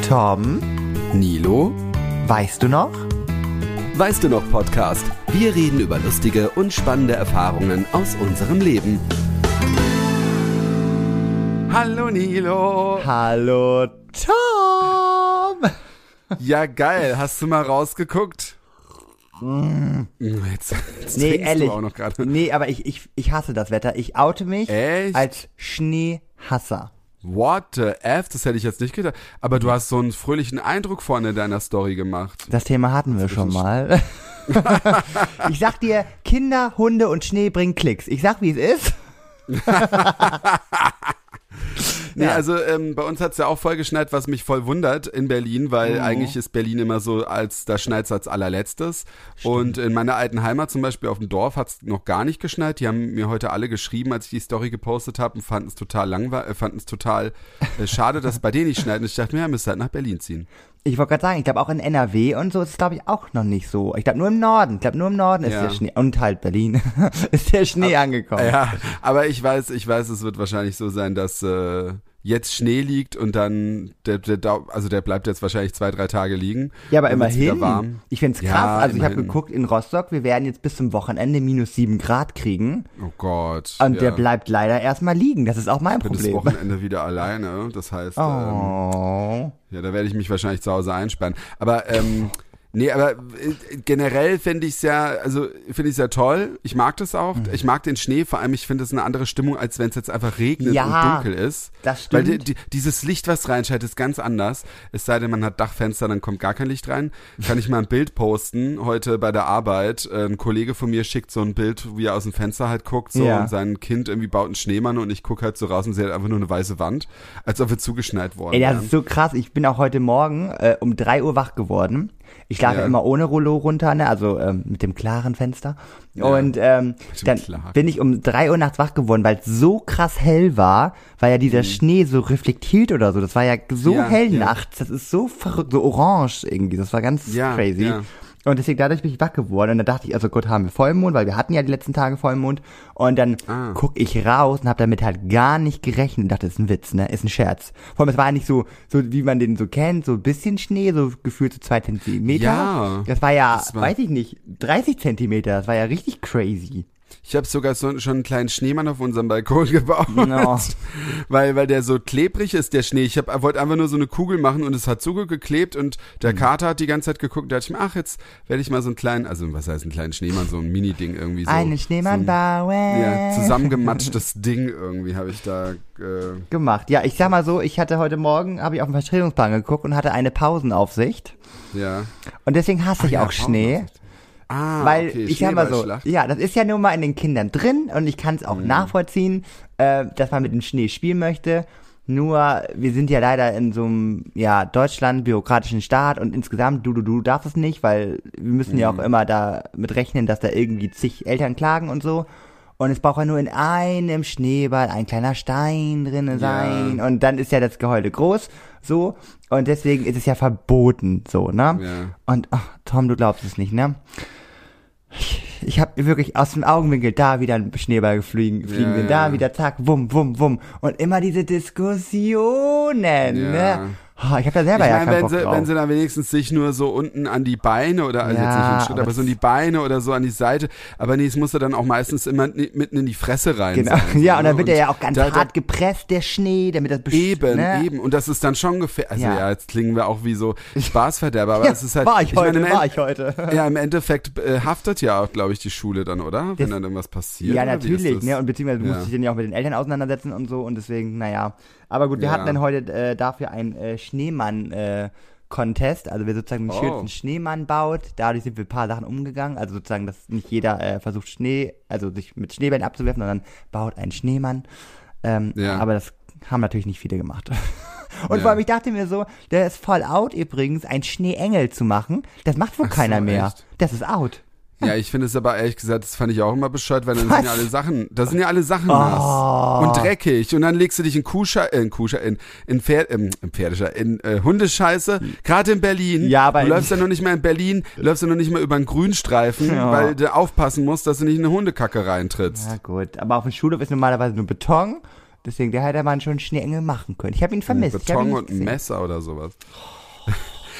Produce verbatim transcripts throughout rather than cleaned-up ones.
Tom, Nilo, weißt du noch? Weißt du noch Podcast? Wir reden über lustige und spannende Erfahrungen aus unserem Leben. Hallo Nilo. Hallo Tom. Ja geil, hast du mal rausgeguckt? Mm. Jetzt, jetzt nee, ehrlich. Du auch noch gerade. Nee, aber ich, ich, ich hasse das Wetter. Ich oute mich Echt? als Schneehasser. What the F? Das hätte ich jetzt nicht gedacht. Aber du hast so einen fröhlichen Eindruck vorne in deiner Story gemacht. Das Thema hatten wir schon mal. Ich sag dir, Kinder, Hunde und Schnee bringen Klicks. Ich sag, wie es ist. Nee, Ja. also ähm, bei uns hat's ja auch voll geschneit, was mich voll wundert in Berlin, weil Oh. eigentlich ist Berlin immer so, als da schneit's als allerletztes. Und in meiner alten Heimat zum Beispiel auf dem Dorf hat's noch gar nicht geschneit. Die haben mir heute alle geschrieben, als ich die Story gepostet habe und fanden es total langweilig, äh, fanden es total äh, schade, dass es bei denen nicht schneit. Und ich dachte mir, ja, müsst halt nach Berlin ziehen. Ich wollte gerade sagen, ich glaube auch in N R W und so ist es, glaube ich, auch noch nicht so. Ich glaube nur im Norden. Ich glaube nur im Norden ist Ja. der Schnee. Und halt Berlin ist der Schnee angekommen. Ja, aber ich weiß, ich weiß, es wird wahrscheinlich so sein, dass äh, jetzt Schnee liegt und dann, der, der, Dau- also der bleibt jetzt wahrscheinlich zwei, drei Tage liegen. Ja, aber Dann wird's wieder immerhin. warm. Ich find's krass. Ja, also ich habe immerhin. geguckt, in Rostock, wir werden jetzt bis zum Wochenende minus sieben Grad kriegen. Oh Gott. Und ja. der bleibt leider erstmal liegen. Das ist auch mein Ich bin das Problem. Wochenende wieder alleine. Das heißt, ähm, Oh. ja, da werde ich mich wahrscheinlich zu Hause einsperren. Aber ähm, nee, aber äh, generell finde ich es ja, also finde ich es ja toll. Ich mag das auch. Ich mag den Schnee. Vor allem, ich finde es eine andere Stimmung, als wenn es jetzt einfach regnet Ja, und dunkel ist. das Weil stimmt. die, die, dieses Licht, was reinscheint, ist ganz anders. Es sei denn, man hat Dachfenster, dann kommt gar kein Licht rein. Kann ich mal ein Bild posten heute bei der Arbeit. Äh, Ein Kollege von mir schickt so ein Bild, wie er aus dem Fenster halt guckt, so Ja. und sein Kind irgendwie baut einen Schneemann und ich gucke halt so raus und sehe halt einfach nur eine weiße Wand, als ob wir zugeschneit worden Ey, das wären. ist so krass. Ich bin auch heute Morgen äh, um drei Uhr wach geworden. Ich schlafe Ja. immer ohne Rollo runter, ne? Also ähm, mit dem klaren Fenster. Ja, Und ähm, mit dem dann klaren. bin ich um drei Uhr nachts wach geworden, weil es so krass hell war, weil ja dieser Schnee so reflektiert oder so. Das war ja so Mhm. Ja, hell ja. nachts. Das ist so verrückt, so orange irgendwie. Das war ganz Ja, crazy. ja. Und deswegen dadurch bin ich wach geworden. Und dann dachte ich, also Gott, haben wir Vollmond, weil wir hatten ja die letzten Tage Vollmond. Und dann Ah. guck ich raus und habe damit halt gar nicht gerechnet. Und dachte, das ist ein Witz, ne? Ist ein Scherz. Vor allem, es war ja nicht so, so wie man den so kennt, so ein bisschen Schnee, so gefühlt so zwei Zentimeter. Ja, Das war ja, das war- weiß ich nicht, dreißig Zentimeter. Das war ja richtig crazy. Ich habe sogar so, schon einen kleinen Schneemann auf unserem Balkon gebaut, No. weil weil der so klebrig ist, der Schnee. Ich hab, wollte einfach nur so eine Kugel machen und es hat zugeklebt und der Mhm. Kater hat die ganze Zeit geguckt. Da dachte ich mir, ach, jetzt werde ich mal so einen kleinen, also was heißt einen kleinen Schneemann, so ein Mini-Ding irgendwie so. Einen Schneemann so bauen. ein, ja, zusammengematschtes Ding irgendwie habe ich da äh, Gemacht. Ja, ich sag mal so, ich hatte heute Morgen, habe ich auf den Vertretungsplan geguckt und hatte eine Pausenaufsicht. ja. Und deswegen hasse ich ja, auch Schnee. Pausenaufsicht. Ah, Weil okay, ich sag mal so, Schneeballschlacht. ja, das ist ja nun mal in den Kindern drin und ich kann es auch Mhm. nachvollziehen, äh, dass man mit dem Schnee spielen möchte. Nur, wir sind ja leider in so einem, ja, Deutschland, bürokratischen Staat und insgesamt, du, du, du darfst es nicht, weil wir müssen ja auch Mhm. immer da mit rechnen, dass da irgendwie zig Eltern klagen und so. Und es braucht ja nur in einem Schneeball ein kleiner Stein drinne sein. Und dann ist ja das Geheule groß, so. Und deswegen ist es ja verboten, so, ne? Ja. Und, ach, Tom, du glaubst es nicht, ne? Ich habe wirklich aus dem Augenwinkel da wieder ein Schneeball gefliegen, fliegen Ja, sehen, da ja. wieder zack, wumm, wumm, wumm. Und immer diese Diskussionen, Ja. ne? Oh, ich habe da selber Ich ja meine, keinen wenn Bock sie, drauf. wenn sie dann wenigstens sich nur so unten an die Beine oder, also Ja, jetzt nicht in den Schritt, aber aber so an die Beine oder so an die Seite, aber nee, es muss ja dann auch meistens immer ni- mitten in die Fresse rein Genau. sein. Ja, so, und dann ne? wird er ja auch ganz da, hart gepresst, der Schnee, damit das Da, besch- eben, ne? eben. Und das ist dann schon gefährlich. Also Ja. ja. jetzt klingen wir auch wie so Spaßverderber, aber Ja, es ist halt. war ich, heute, meine, im war End- ich heute. Ja, im Endeffekt äh, haftet ja auch, glaube ich, die Schule dann, oder? Wenn Das- dann irgendwas passiert. Ja, oder wie ist natürlich, das? ne? Und beziehungsweise du Ja. musst dich dann ja auch mit den Eltern auseinandersetzen und so und deswegen, naja. Aber gut, wir Ja. hatten dann heute äh, dafür einen äh, Schneemann äh, Contest, also wer sozusagen den Oh. schönsten Schneemann baut, dadurch sind wir ein paar Sachen umgegangen, also sozusagen, dass nicht jeder äh, versucht Schnee, also sich mit Schneebällen abzuwerfen, sondern baut einen Schneemann. Ähm, Ja. Aber das haben natürlich nicht viele gemacht. Und Ja. vor allem, ich dachte mir so, der ist voll out übrigens, einen Schneeengel zu machen, das macht wohl Ach so, keiner mehr. echt? Das ist out. Ja, ich finde es aber ehrlich gesagt, das fand ich auch immer bescheuert, weil dann Was? sind ja alle Sachen, da sind ja alle Sachen Oh. nass und dreckig und dann legst du dich in Kuhsche, äh, in Kuhsche, in, in Pferd, ähm, in Pferdescher, in äh, Hundescheiße, gerade in Berlin. Ja, aber du in- läufst ja noch nicht mal in Berlin, läufst ja noch nicht mal über einen Grünstreifen, Ja. weil du aufpassen musst, dass du nicht in eine Hundekacke reintrittst. Ja gut, aber auf dem Schulhof ist normalerweise nur Beton, deswegen der hätte man schon einen Schneeengel machen können. Ich habe ihn vermisst. ich hab ihn Beton nicht und ein gesehen. Messer oder sowas.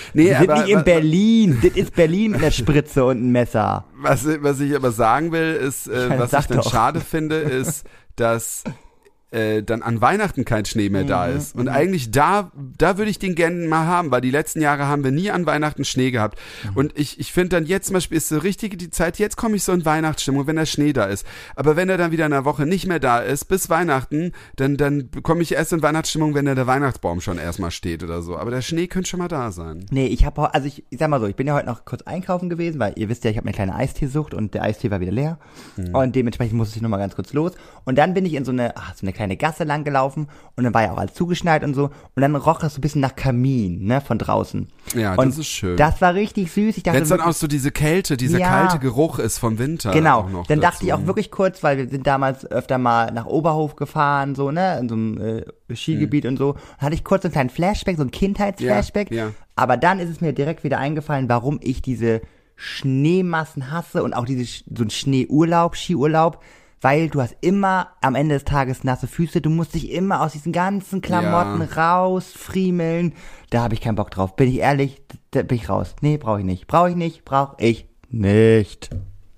Nee, Wir sind aber, nicht in Berlin. Das ist Berlin mit einer Spritze und einem Messer. Was, was ich aber sagen will, ist, äh, Ja, was sag ich dann doch. schade finde, ist, dass äh, dann an Weihnachten kein Schnee mehr da Mhm, ist. Und eigentlich da, da würde ich den gerne mal haben, weil die letzten Jahre haben wir nie an Weihnachten Schnee gehabt. Mhm. Und ich, ich finde dann jetzt zum Beispiel ist so richtig die Zeit, jetzt komme ich so in Weihnachtsstimmung, wenn der Schnee da ist. Aber wenn er dann wieder in einer Woche nicht mehr da ist, bis Weihnachten, dann, dann komme ich erst in Weihnachtsstimmung, wenn der Weihnachtsbaum schon erstmal steht oder so. Aber der Schnee könnte schon mal da sein. Nee, ich habe, also ich, ich sag mal so, ich bin ja heute noch kurz einkaufen gewesen, weil ihr wisst ja, ich habe eine kleine Eisteesucht und der Eistee war wieder leer. Mhm. Und dementsprechend musste ich nochmal ganz kurz los. Und dann bin ich in so eine, ach, so eine kleine Gasse lang gelaufen und dann war ja auch alles zugeschneit und so. Und dann roch das so ein bisschen nach Kamin, ne, von draußen. Ja, und das ist schön. Das war richtig süß. Ich dachte, wenn es dann auch so diese Kälte, dieser ja, kalte Geruch ist vom Winter. Genau, auch noch dann dazu. dachte ich auch wirklich kurz, weil wir sind damals öfter mal nach Oberhof gefahren, so, ne, in so einem äh, Skigebiet mhm. und so. Dann hatte ich kurz einen kleinen Flashback, so ein Kindheitsflashback. Ja, ja. Aber dann ist es mir direkt wieder eingefallen, warum ich diese Schneemassen hasse und auch diese, so ein Schneeurlaub, Skiurlaub, weil du hast immer am Ende des Tages nasse Füße, du musst dich immer aus diesen ganzen Klamotten ja. rausfriemeln. Da habe ich keinen Bock drauf. Bin ich ehrlich, da bin ich raus. Nee, brauche ich nicht. Brauche ich nicht, brauche ich nicht.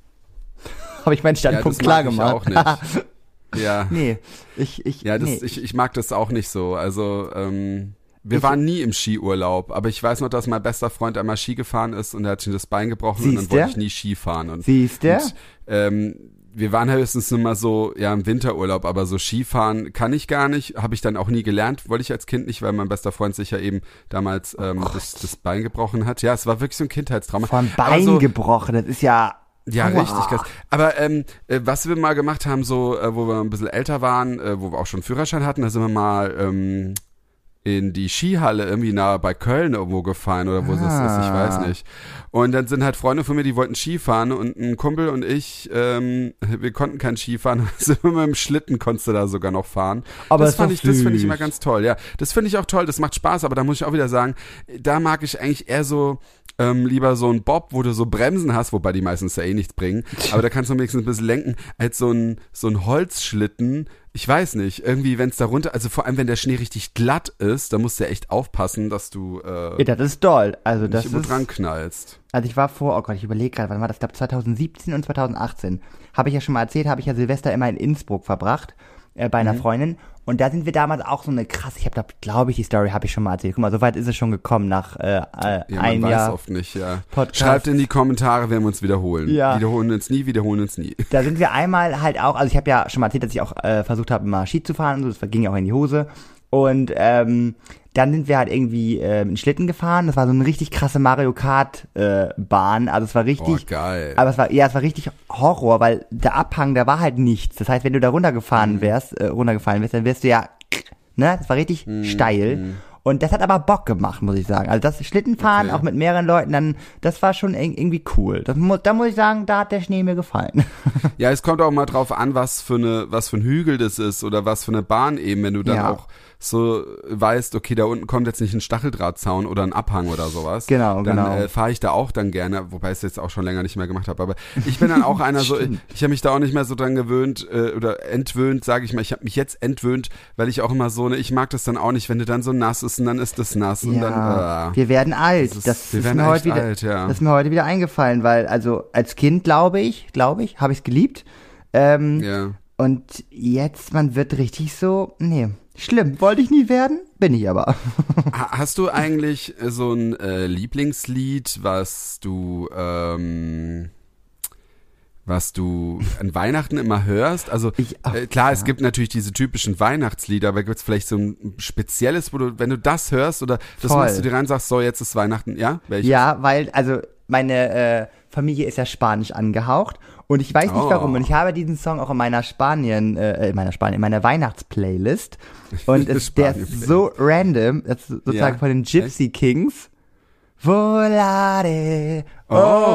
Habe ich meinen Standpunkt ja, klar mag gemacht. Ich auch nicht. Ja. Nee, ich, ich, ja, das, nee. ich, ich mag das auch nicht so. Also, ähm, wir ich, waren nie im Skiurlaub, aber ich weiß noch, dass mein bester Freund einmal Ski gefahren ist und er hat sich das Bein gebrochen und dann wollte ich nie Ski fahren. Und, Siehst du? Und, ähm, wir waren höchstens nur mal so, ja, im Winterurlaub, aber so Skifahren kann ich gar nicht, habe ich dann auch nie gelernt, wollte ich als Kind nicht, weil mein bester Freund sich ja eben damals ähm, oh das, das Bein gebrochen hat. Ja, es war wirklich so ein Kindheitstrauma. Von Bein so, gebrochen, das ist ja... Ja, Aua. Richtig krass. Aber ähm, äh, was wir mal gemacht haben, so, äh, wo wir ein bisschen älter waren, äh, wo wir auch schon Führerschein hatten, da sind wir mal ähm, in die Skihalle irgendwie nahe bei Köln irgendwo gefahren oder wo ah. das ist, ich weiß nicht. Und dann sind halt Freunde von mir, die wollten Skifahren und ein Kumpel und ich, ähm, wir konnten kein Skifahren, also mit dem Schlitten konntest du da sogar noch fahren. Aber das fand ich, süß. das finde ich immer ganz toll, ja. Das finde ich auch toll, das macht Spaß, aber da muss ich auch wieder sagen, da mag ich eigentlich eher so ähm, lieber so ein Bob, wo du so Bremsen hast, wobei die meistens ja eh nichts bringen, aber da kannst du wenigstens ein bisschen lenken, als so ein, so ein Holzschlitten. Ich weiß nicht, irgendwie, wenn es da runter, also vor allem, wenn der Schnee richtig glatt ist, da musst du ja echt aufpassen, dass du äh, ja, das ist doll. Also das nicht ist, dran knallst. Also ich war vor, oh Gott, ich überlege gerade, wann war das? Ich glaube zwanzig siebzehn und zwanzig achtzehn. Habe ich ja schon mal erzählt, habe ich ja Silvester immer in Innsbruck verbracht, äh, bei einer mhm. Freundin. Und da sind wir damals auch so eine krass, ich habe, glaube ich, die Story habe ich schon mal erzählt. Guck mal, so weit ist es schon gekommen nach äh, äh, ja, ein man Jahr. weiß oft nicht, ja. Podcast. Schreibt in die Kommentare, wenn wir uns wiederholen. Ja. Wiederholen uns nie, wiederholen uns nie. Da sind wir einmal halt auch, also ich habe ja schon mal erzählt, dass ich auch äh, versucht habe, mal Ski zu fahren und so, das ging ja auch in die Hose. Und ähm, dann sind wir halt irgendwie äh, in Schlitten gefahren. Das war so eine richtig krasse Mario Kart äh, Bahn. Also es war richtig. Oh, geil. Aber es war, ja, es war richtig Horror, weil der Abhang, da war halt nichts. Das heißt, wenn du da runtergefahren mhm. wärst, äh, runtergefallen wärst, dann wärst du ja, ne, das war richtig mhm. steil. Und das hat aber Bock gemacht, muss ich sagen. Also das Schlittenfahren, okay. auch mit mehreren Leuten, dann, das war schon irgendwie cool. Das, da muss ich sagen, da hat der Schnee mir gefallen. Ja, es kommt auch mal drauf an, was für eine, was für ein Hügel das ist oder was für eine Bahn eben, wenn du dann ja. auch so weißt, okay, da unten kommt jetzt nicht ein Stacheldrahtzaun oder ein Abhang oder sowas. Genau, dann, genau. Dann äh, fahre ich da auch dann gerne, wobei ich es jetzt auch schon länger nicht mehr gemacht habe. Aber ich bin dann auch einer so, ich, ich habe mich da auch nicht mehr so dran gewöhnt äh, oder entwöhnt, sage ich mal. Ich habe mich jetzt entwöhnt, weil ich auch immer so, ne, ich mag das dann auch nicht, wenn du dann so nass ist und dann ist das nass ja, und dann. Äh, wir werden alt. Das ist, das wir ist werden mir heute wieder, alt, ja. Das ist mir heute wieder eingefallen, weil also als Kind glaube ich, glaube ich, habe ich es geliebt. Ähm, ja. Und jetzt, man wird richtig so, nee, schlimm. Wollte ich nie werden, bin ich aber. Hast du eigentlich so ein äh, Lieblingslied, was du, ähm, was du an Weihnachten immer hörst? Also ich, ach, äh, klar, ja. es gibt natürlich diese typischen Weihnachtslieder, aber gibt es vielleicht so ein spezielles, wo du, wenn du das hörst oder das Voll. machst du dir rein und sagst, so, jetzt ist Weihnachten, ja? Welches? Ja, weil, also meine äh, Familie ist ja spanisch angehaucht und ich weiß nicht Oh. warum und ich habe diesen Song auch in meiner Spanien, äh, in meiner Spanien, in meiner Weihnachtsplaylist und es, der ist so random, das ist sozusagen Ja. von den Gypsy Echt? Kings. Volare, oh,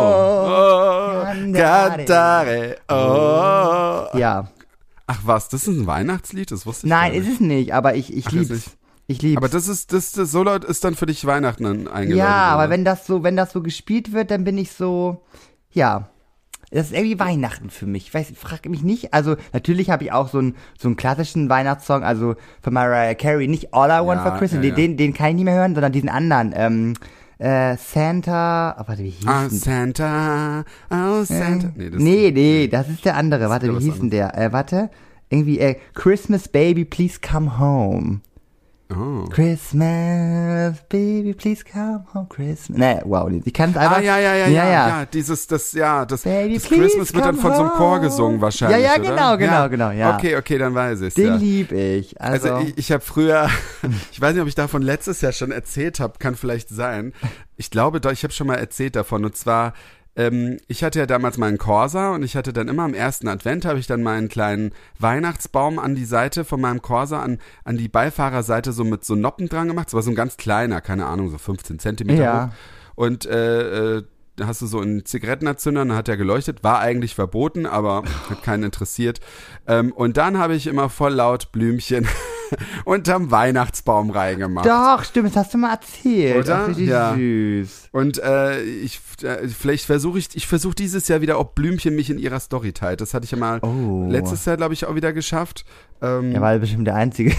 Oh, cantare. cantare, oh. Ja. Ach was, das ist ein Weihnachtslied? Das wusste ich Nein, gar ist nicht. es nicht, aber ich, ich Ach, ist lieb's. nicht. Ich lieb's. Aber das ist, das, das, so laut ist dann für dich Weihnachten dann eingeläutet. Ja, aber oder? wenn das so, wenn das so gespielt wird, dann bin ich so, ja, das ist irgendwie Weihnachten für mich. Ich weiß, frag mich nicht. Also natürlich habe ich auch so einen so einen klassischen Weihnachtssong, also von Mariah Carey, nicht All I Want Ja, for Christmas, ja, ja. Den, den kann ich nicht mehr hören, sondern diesen anderen. Ähm, äh, Santa, oh, warte, wie hieß Ah, denn Santa, oh, Santa. Nee, das, nee, nee, das ist der andere. Warte, wie hieß denn der? Äh, warte, irgendwie, äh, Christmas Baby, please come home. Oh. Christmas, baby, please come home, Christmas. Nee, wow, ich kann es einfach. Ah, ja, ja, ja, ja, ja, ja, dieses, das, ja, das, baby, das Christmas wird dann von so einem Chor gesungen wahrscheinlich, Ja, ja, genau, oder? genau, ja. genau, ja. Okay, okay, dann weiß ich's, Den ja. lieb ich, also. Also ich, ich habe früher, ich weiß nicht, ob ich davon letztes Jahr schon erzählt habe, kann vielleicht sein. Ich glaube doch, ich habe schon mal erzählt davon, und zwar, Ähm, ich hatte ja damals meinen Corsa und ich hatte dann immer am ersten Advent habe ich dann meinen kleinen Weihnachtsbaum an die Seite von meinem Corsa, an, an die Beifahrerseite so mit so Noppen dran gemacht. Das war so ein ganz kleiner, keine Ahnung, so fünfzehn Zentimeter ja. hoch. Und äh, äh, da hast du so einen Zigarettenanzünder, dann hat er geleuchtet, war eigentlich verboten, aber hat keinen interessiert. Ähm, und dann habe ich immer voll laut Blümchen unterm Weihnachtsbaum reingemacht. Doch, stimmt, das hast du mal erzählt. Oder? Ach, wie Ja. süß. Und äh, ich äh, vielleicht versuche ich, ich versuche dieses Jahr wieder, ob Blümchen mich in ihrer Story teilt. Das hatte ich ja mal Oh. letztes Jahr, glaube ich, auch wieder geschafft. Ähm, Er war bestimmt der Einzige.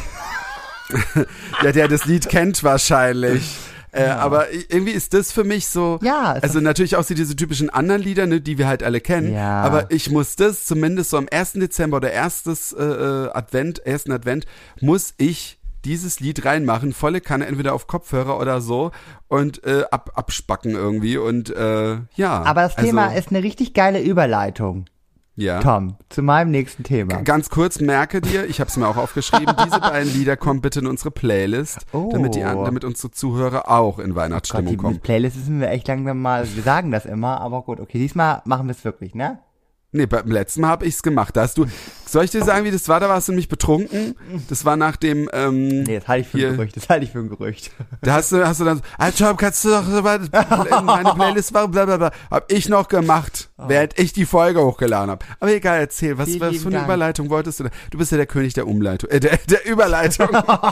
ja, der das Lied kennt wahrscheinlich. Äh, Ja. Aber irgendwie ist das für mich so, Ja, es also natürlich auch so diese typischen anderen Lieder, ne, die wir halt alle kennen, Ja. aber ich muss das zumindest so am ersten Dezember oder erstes äh, äh, Advent, ersten Advent, muss ich dieses Lied reinmachen, volle Kanne, entweder auf Kopfhörer oder so und äh, ab, abspacken irgendwie und äh, ja. Aber das also, Thema ist eine richtig geile Überleitung, ja. Tom, zu meinem nächsten Thema. Ganz kurz, merke dir, ich habe es mir auch aufgeschrieben, diese beiden Lieder kommen bitte in unsere Playlist, Oh. damit, die, an- damit unsere Zuhörer auch in Gott, Weihnachtsstimmung die kommen. mit Playlists müssen wir echt langsam mal, wir sagen das immer, aber gut, okay, diesmal machen wir es wirklich, ne? Nee, beim letzten Mal habe ich's gemacht. Da hast du, soll ich dir sagen, wie das war? Da warst du nämlich betrunken. Das war nach dem, ähm, Nee, das halte ich für Hier. ein Gerücht, das halte ich für ein Gerücht. da hast du, hast du dann, so, ah, Tom, kannst du doch so weit in meine Playlist machen, bla, bla, bla. Hab ich noch gemacht, während ich die Folge hochgeladen habe. Aber egal, erzähl, was, Vielen was lieben für eine Dank. Überleitung wolltest du da? Du bist ja der König der Umleitung, äh, der, der Überleitung,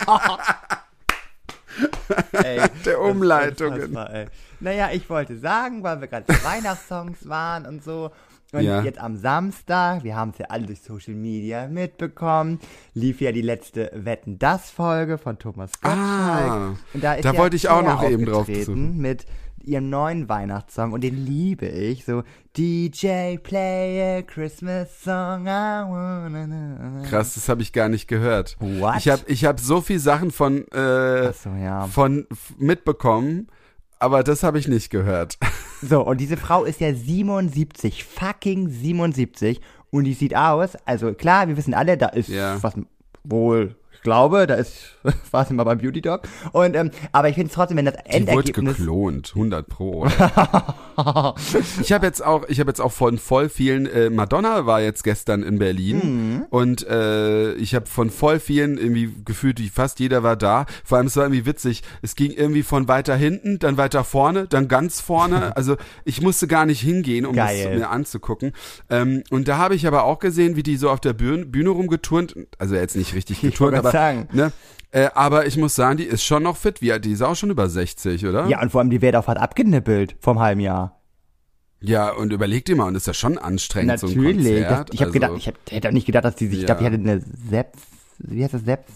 Ey, der Umleitungen. unfassbar, ey. Naja, ich wollte sagen, weil wir gerade bei Weihnachtssongs waren und so. Und Ja. jetzt am Samstag, wir haben es ja alle durch Social Media mitbekommen, lief ja die letzte Wetten-Das-Folge von Thomas Gottschalk. Ah, und da ist da ja wollte ich auch Cher noch eben drauf aufgetreten mit ihrem neuen Weihnachtssong und den liebe ich. So, D J, play a Christmas song, I wanna know. Krass, das habe ich gar nicht gehört. What? Ich habe ich hab so viel Sachen von, äh, Ach so, ja. von f- mitbekommen, aber das habe ich nicht gehört. So, und diese Frau ist ja siebenundsiebzig, fucking siebenundsiebzig. Und die sieht aus, also klar, wir wissen alle, da ist Ja. was wohl, ich glaube, da ist was immer beim Beauty Dog. Und, ähm, aber ich finde es trotzdem, wenn das Die wurde Endergebnis. geklont, hundert pro. Oder? ich habe jetzt auch, ich habe jetzt auch von voll vielen, äh, Madonna war jetzt gestern in Berlin Mhm. und äh, ich habe von voll vielen irgendwie gefühlt, wie fast jeder war da. Vor allem es war irgendwie witzig. Es ging irgendwie von weiter hinten, dann weiter vorne, dann ganz vorne. Also ich musste gar nicht hingehen, um Geil. das mir anzugucken. Ähm, und da habe ich aber auch gesehen, wie die so auf der Bühne, Bühne rumgeturnt, also jetzt nicht richtig Ich geturnt, wollte aber sagen. ne. Äh, aber ich muss sagen, die ist schon noch fit. Wie alt? Die ist auch schon über sechzig, oder? Ja, und vor allem, die wird auch was abgenippelt vom halben Jahr. Ja, und überleg dir mal, und das ist ja schon anstrengend, so ein Natürlich. Konzert. Das, ich habe also, gedacht, ich hab, hätte auch nicht gedacht, dass die sich, ich Ja. glaube, die hatte eine Seps, wie heißt das, Seps,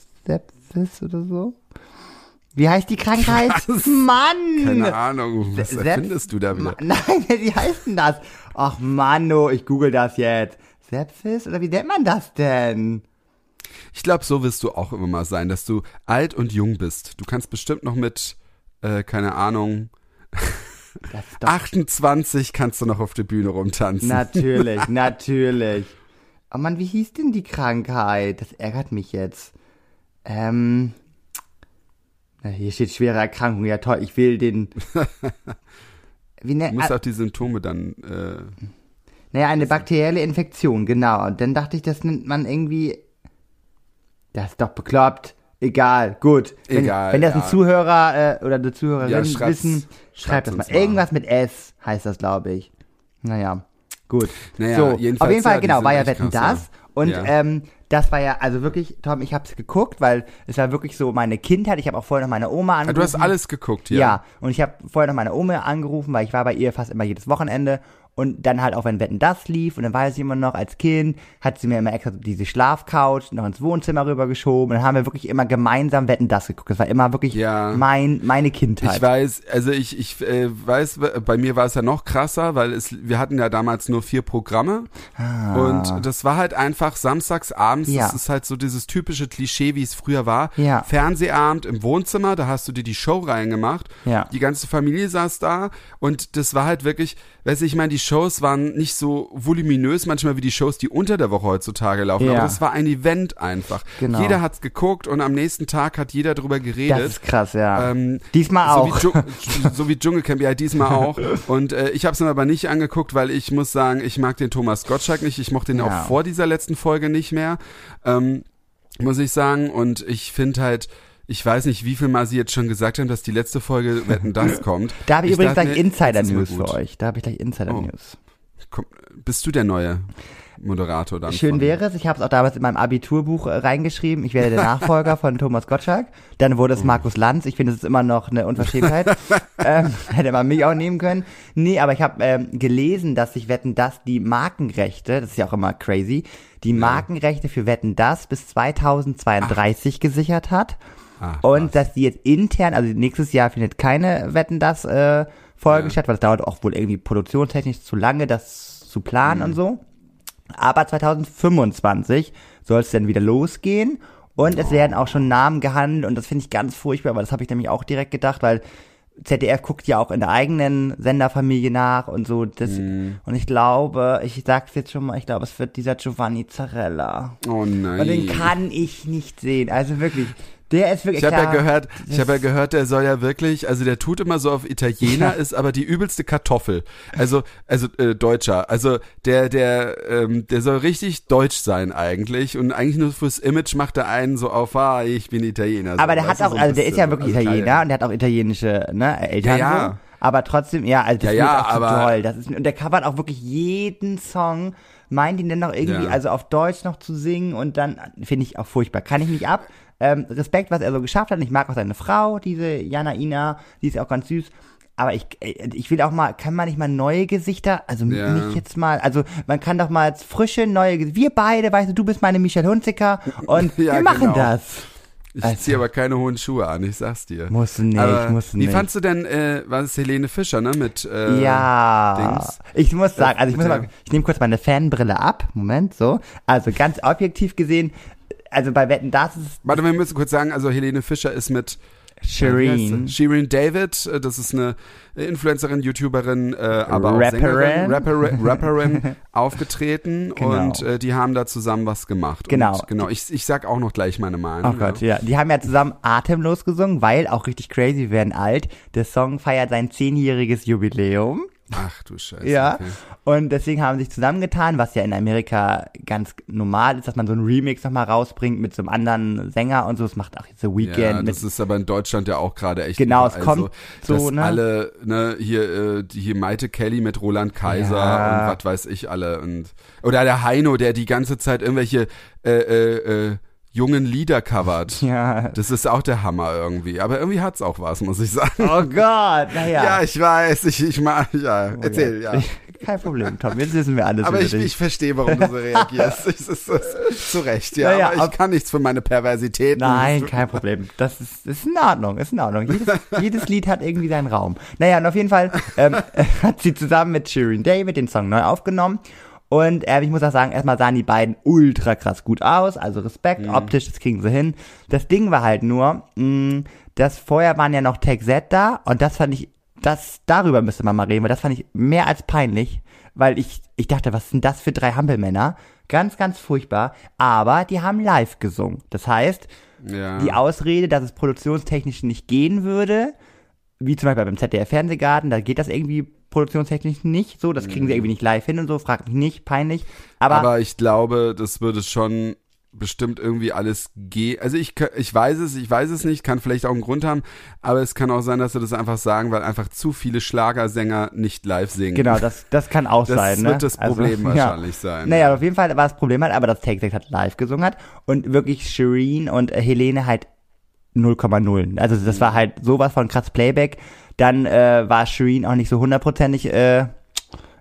Sepsis oder so? Wie heißt die Krankheit? Was? Mann! keine Ahnung, was Seps- erfindest du da wieder? Ma- Nein, wie heißt denn das? Ach Manno, ich google das jetzt. Sepsis? Oder wie nennt man das denn? Ich glaube, so wirst du auch immer mal sein, dass du alt und jung bist. Du kannst bestimmt noch mit, äh, keine Ahnung, Das ist doch achtundzwanzig kannst du noch auf der Bühne rumtanzen. natürlich, natürlich. Oh Mann, wie hieß denn die Krankheit? Das ärgert mich jetzt. Ähm, na, hier steht schwere Erkrankung. Ja toll, ich will den... Wie Du ne, musst ah, auch die Symptome dann, äh, naja, eine bakterielle Infektion, genau. Und dann dachte ich, das nennt man irgendwie... Das ist doch bekloppt. Egal, gut. Wenn, Egal, wenn das ein ja. Zuhörer äh, oder eine Zuhörerin Ja, schreibt's- wissen, schreibt schreibt's das mal. uns mal. Irgendwas mit S heißt das, glaube ich. Naja, gut. Naja, so, jedenfalls, auf jeden Fall, ja, die genau, sind war ja echt Wetten, krass, das. Und ja. ähm, das war ja, also wirklich, Tom, ich hab's geguckt, weil es war wirklich so meine Kindheit. Ich habe auch vorher noch meine Oma ah, angerufen. du hast alles geguckt, ja. Ja, und ich habe vorher noch meine Oma angerufen, weil ich war bei ihr fast immer jedes Wochenende. Und dann halt auch, wenn Wetten, das lief, und dann weiß ich immer noch, als Kind hat sie mir immer extra diese Schlafcouch noch ins Wohnzimmer rübergeschoben. Und dann haben wir wirklich immer gemeinsam Wetten, das geguckt. Das war immer wirklich Ja. mein, meine Kindheit. Ich weiß, also ich, ich äh, weiß, bei mir war es ja noch krasser, weil es, wir hatten ja damals nur vier Programme. Ah. Und das war halt einfach samstags abends, Ja. das ist halt so dieses typische Klischee, wie es früher war. Ja. Fernsehabend im Wohnzimmer, da hast du dir die Show reingemacht. Ja. Die ganze Familie saß da und das war halt wirklich, weißt du, ich meine, die Shows waren nicht so voluminös manchmal wie die Shows, die unter der Woche heutzutage laufen, Ja. aber das war ein Event einfach. Genau. Jeder hat's geguckt und am nächsten Tag hat jeder drüber geredet. Das ist krass, ja. Ähm, Diesmal so auch. Wie Dschung- so wie Dschungelcamp, ja, diesmal auch. Und äh, ich habe es mir aber nicht angeguckt, weil ich muss sagen, ich mag den Thomas Gottschalk nicht. Ich mochte ihn Ja. auch vor dieser letzten Folge nicht mehr, ähm, muss ich sagen. Und ich finde halt, ich weiß nicht, wie viel Mal sie jetzt schon gesagt haben, dass die letzte Folge Wetten, das kommt. Da habe ich, übrigens dachte gleich mir, Insider-News das ist mal für gut. euch. Da habe ich gleich Insider-News. Komm, bist du der neue Moderator dann? Schön von- wäre es, ich habe es auch damals in meinem Abiturbuch äh, reingeschrieben, ich werde der Nachfolger von Thomas Gottschalk. Dann wurde es Markus Lanz, ich finde, es ist immer noch eine Unverschämtheit. ähm, hätte man mich auch nehmen können. Nee, aber ich habe ähm, gelesen, dass sich Wetten, das die Markenrechte, das ist ja auch immer crazy, die Markenrechte für Wetten, das bis zweitausendzweiunddreißig gesichert hat. Ah, Und was. dass die jetzt intern, also nächstes Jahr findet keine Wetten, das äh, Folgen Ja. statt, weil es dauert auch wohl irgendwie produktionstechnisch zu lange, das zu planen Mhm. und so. Aber zweitausendfünfundzwanzig soll es dann wieder losgehen und es werden auch schon Namen gehandelt und das finde ich ganz furchtbar, weil das habe ich nämlich auch direkt gedacht, weil Z D F guckt ja auch in der eigenen Senderfamilie nach und so. Das, Mhm. Und ich glaube, ich sag's jetzt schon mal, ich glaube, es wird dieser Giovanni Zarella. Oh nein. Und den kann ich nicht sehen. Also wirklich, der ist wirklich Ich habe ja klar, gehört, ich habe ja gehört, der soll ja wirklich, also der tut immer so auf Italiener, ist aber die übelste Kartoffel. Also, also äh, Deutscher. Also der, der, ähm, der soll richtig deutsch sein eigentlich und eigentlich nur fürs Image macht er einen so auf, ah, ich bin Italiener. Aber so, der weißt hat du, auch, so ein also der ist ja bisschen. wirklich Also Italiener geil. und der hat auch italienische ne, Eltern. Ja, ja. So. Aber trotzdem, ja, also das Ja, ist ja, auch so aber- toll. Das ist, und der covert auch wirklich jeden Song, meint ihn denn noch irgendwie, Ja. also auf Deutsch noch zu singen und dann finde ich auch furchtbar. Kann ich nicht ab. Ähm, Respekt, was er so geschafft hat. Und ich mag auch seine Frau, diese Jana Ina, die ist auch ganz süß. Aber ich, ich will auch mal, kann man nicht mal neue Gesichter, also Ja. mich jetzt mal, also man kann doch mal frische, neue Gesichter, wir beide, weißt du, du bist meine Michelle Hunziker und Ja, wir machen genau. das. Ich Also- ziehe aber keine hohen Schuhe an, ich sag's dir. Musst du nicht, aber musst du wie nicht. fandst du denn, äh, war es Helene Fischer, ne, mit, äh, Ja, Dings? ich muss sagen, also ich muss Ja. mal, ich nehme kurz meine Fanbrille ab, Moment, so, also ganz objektiv gesehen, also bei Wetten, das ist Warte, wir müssen kurz sagen, also Helene Fischer ist mit Shireen, Shireen David, äh, das ist eine Influencerin, YouTuberin, äh, aber auch Rapperin. Sängerin, Rapperin, Rapperin aufgetreten Genau. und äh, die haben da zusammen was gemacht. Genau. Und, genau, ich, ich sag auch noch gleich meine Meinung. oh Gott, ja, die haben ja zusammen Atemlos gesungen, weil, auch richtig crazy, wir werden alt, der Song feiert sein zehnjähriges Jubiläum. Ach du Scheiße. Ja, Okay. und deswegen haben sie sich zusammengetan, was ja in Amerika ganz normal ist, dass man so einen Remix nochmal rausbringt mit so einem anderen Sänger und so. Das macht auch jetzt The Weeknd. Ja, mit, das ist aber in Deutschland ja auch gerade echt. Genau, es überall kommt so, dass ne? alle, ne, hier, äh, die hier Maite Kelly mit Roland Kaiser Ja. und was weiß ich alle und oder der Heino, der die ganze Zeit irgendwelche äh, äh, äh, jungen Lieder covert. ja. Das ist auch der Hammer irgendwie. Aber irgendwie hat's auch was, muss ich sagen. Oh Gott, naja. Ja, ich weiß, ich, ich mag, ja, erzähl, ja. Kein Problem, Tom, jetzt wissen wir alles Aber über ich, dich. ich verstehe, warum du so reagierst. Es ist, es ist zu Recht, ja. Naja, aber ich ab- kann nichts für meine Perversität. Nein, kein Problem. Das ist, ist in Ordnung, ist in Ordnung. Jedes, jedes Lied hat irgendwie seinen Raum. Naja, und auf jeden Fall ähm, hat sie zusammen mit Shireen David den Song neu aufgenommen. Und äh, ich muss auch sagen, erstmal sahen die beiden ultra krass gut aus. Also Respekt, Mhm. optisch, das kriegen sie hin. Das Ding war halt nur, mh, dass vorher waren ja noch Take Z da. Und das fand ich, das darüber müsste man mal reden, weil das fand ich mehr als peinlich. Weil ich, ich dachte, was sind das für drei Hampelmänner? Ganz, ganz furchtbar. Aber die haben live gesungen. Das heißt, Ja. die Ausrede, dass es produktionstechnisch nicht gehen würde, wie zum Beispiel beim Z D F-Fernsehgarten, da geht das irgendwie produktionstechnisch nicht so, das kriegen sie irgendwie nicht live hin und so, fragt mich nicht, peinlich. Aber, Aber ich glaube, das würde schon bestimmt irgendwie alles gehen. Also ich, ich weiß es, ich weiß es nicht, kann vielleicht auch einen Grund haben, aber es kann auch sein, dass sie das einfach sagen, weil einfach zu viele Schlagersänger nicht live singen. genau, das, das kann auch Das sein. wird ne? das Problem also, wahrscheinlich sein. Naja, auf jeden Fall war das Problem halt, aber dass Take That halt live gesungen hat und wirklich Shireen und äh, Helene halt null Komma null. Also das war halt sowas von krass Playback. Dann äh, war Shireen auch nicht so hundertprozentig äh,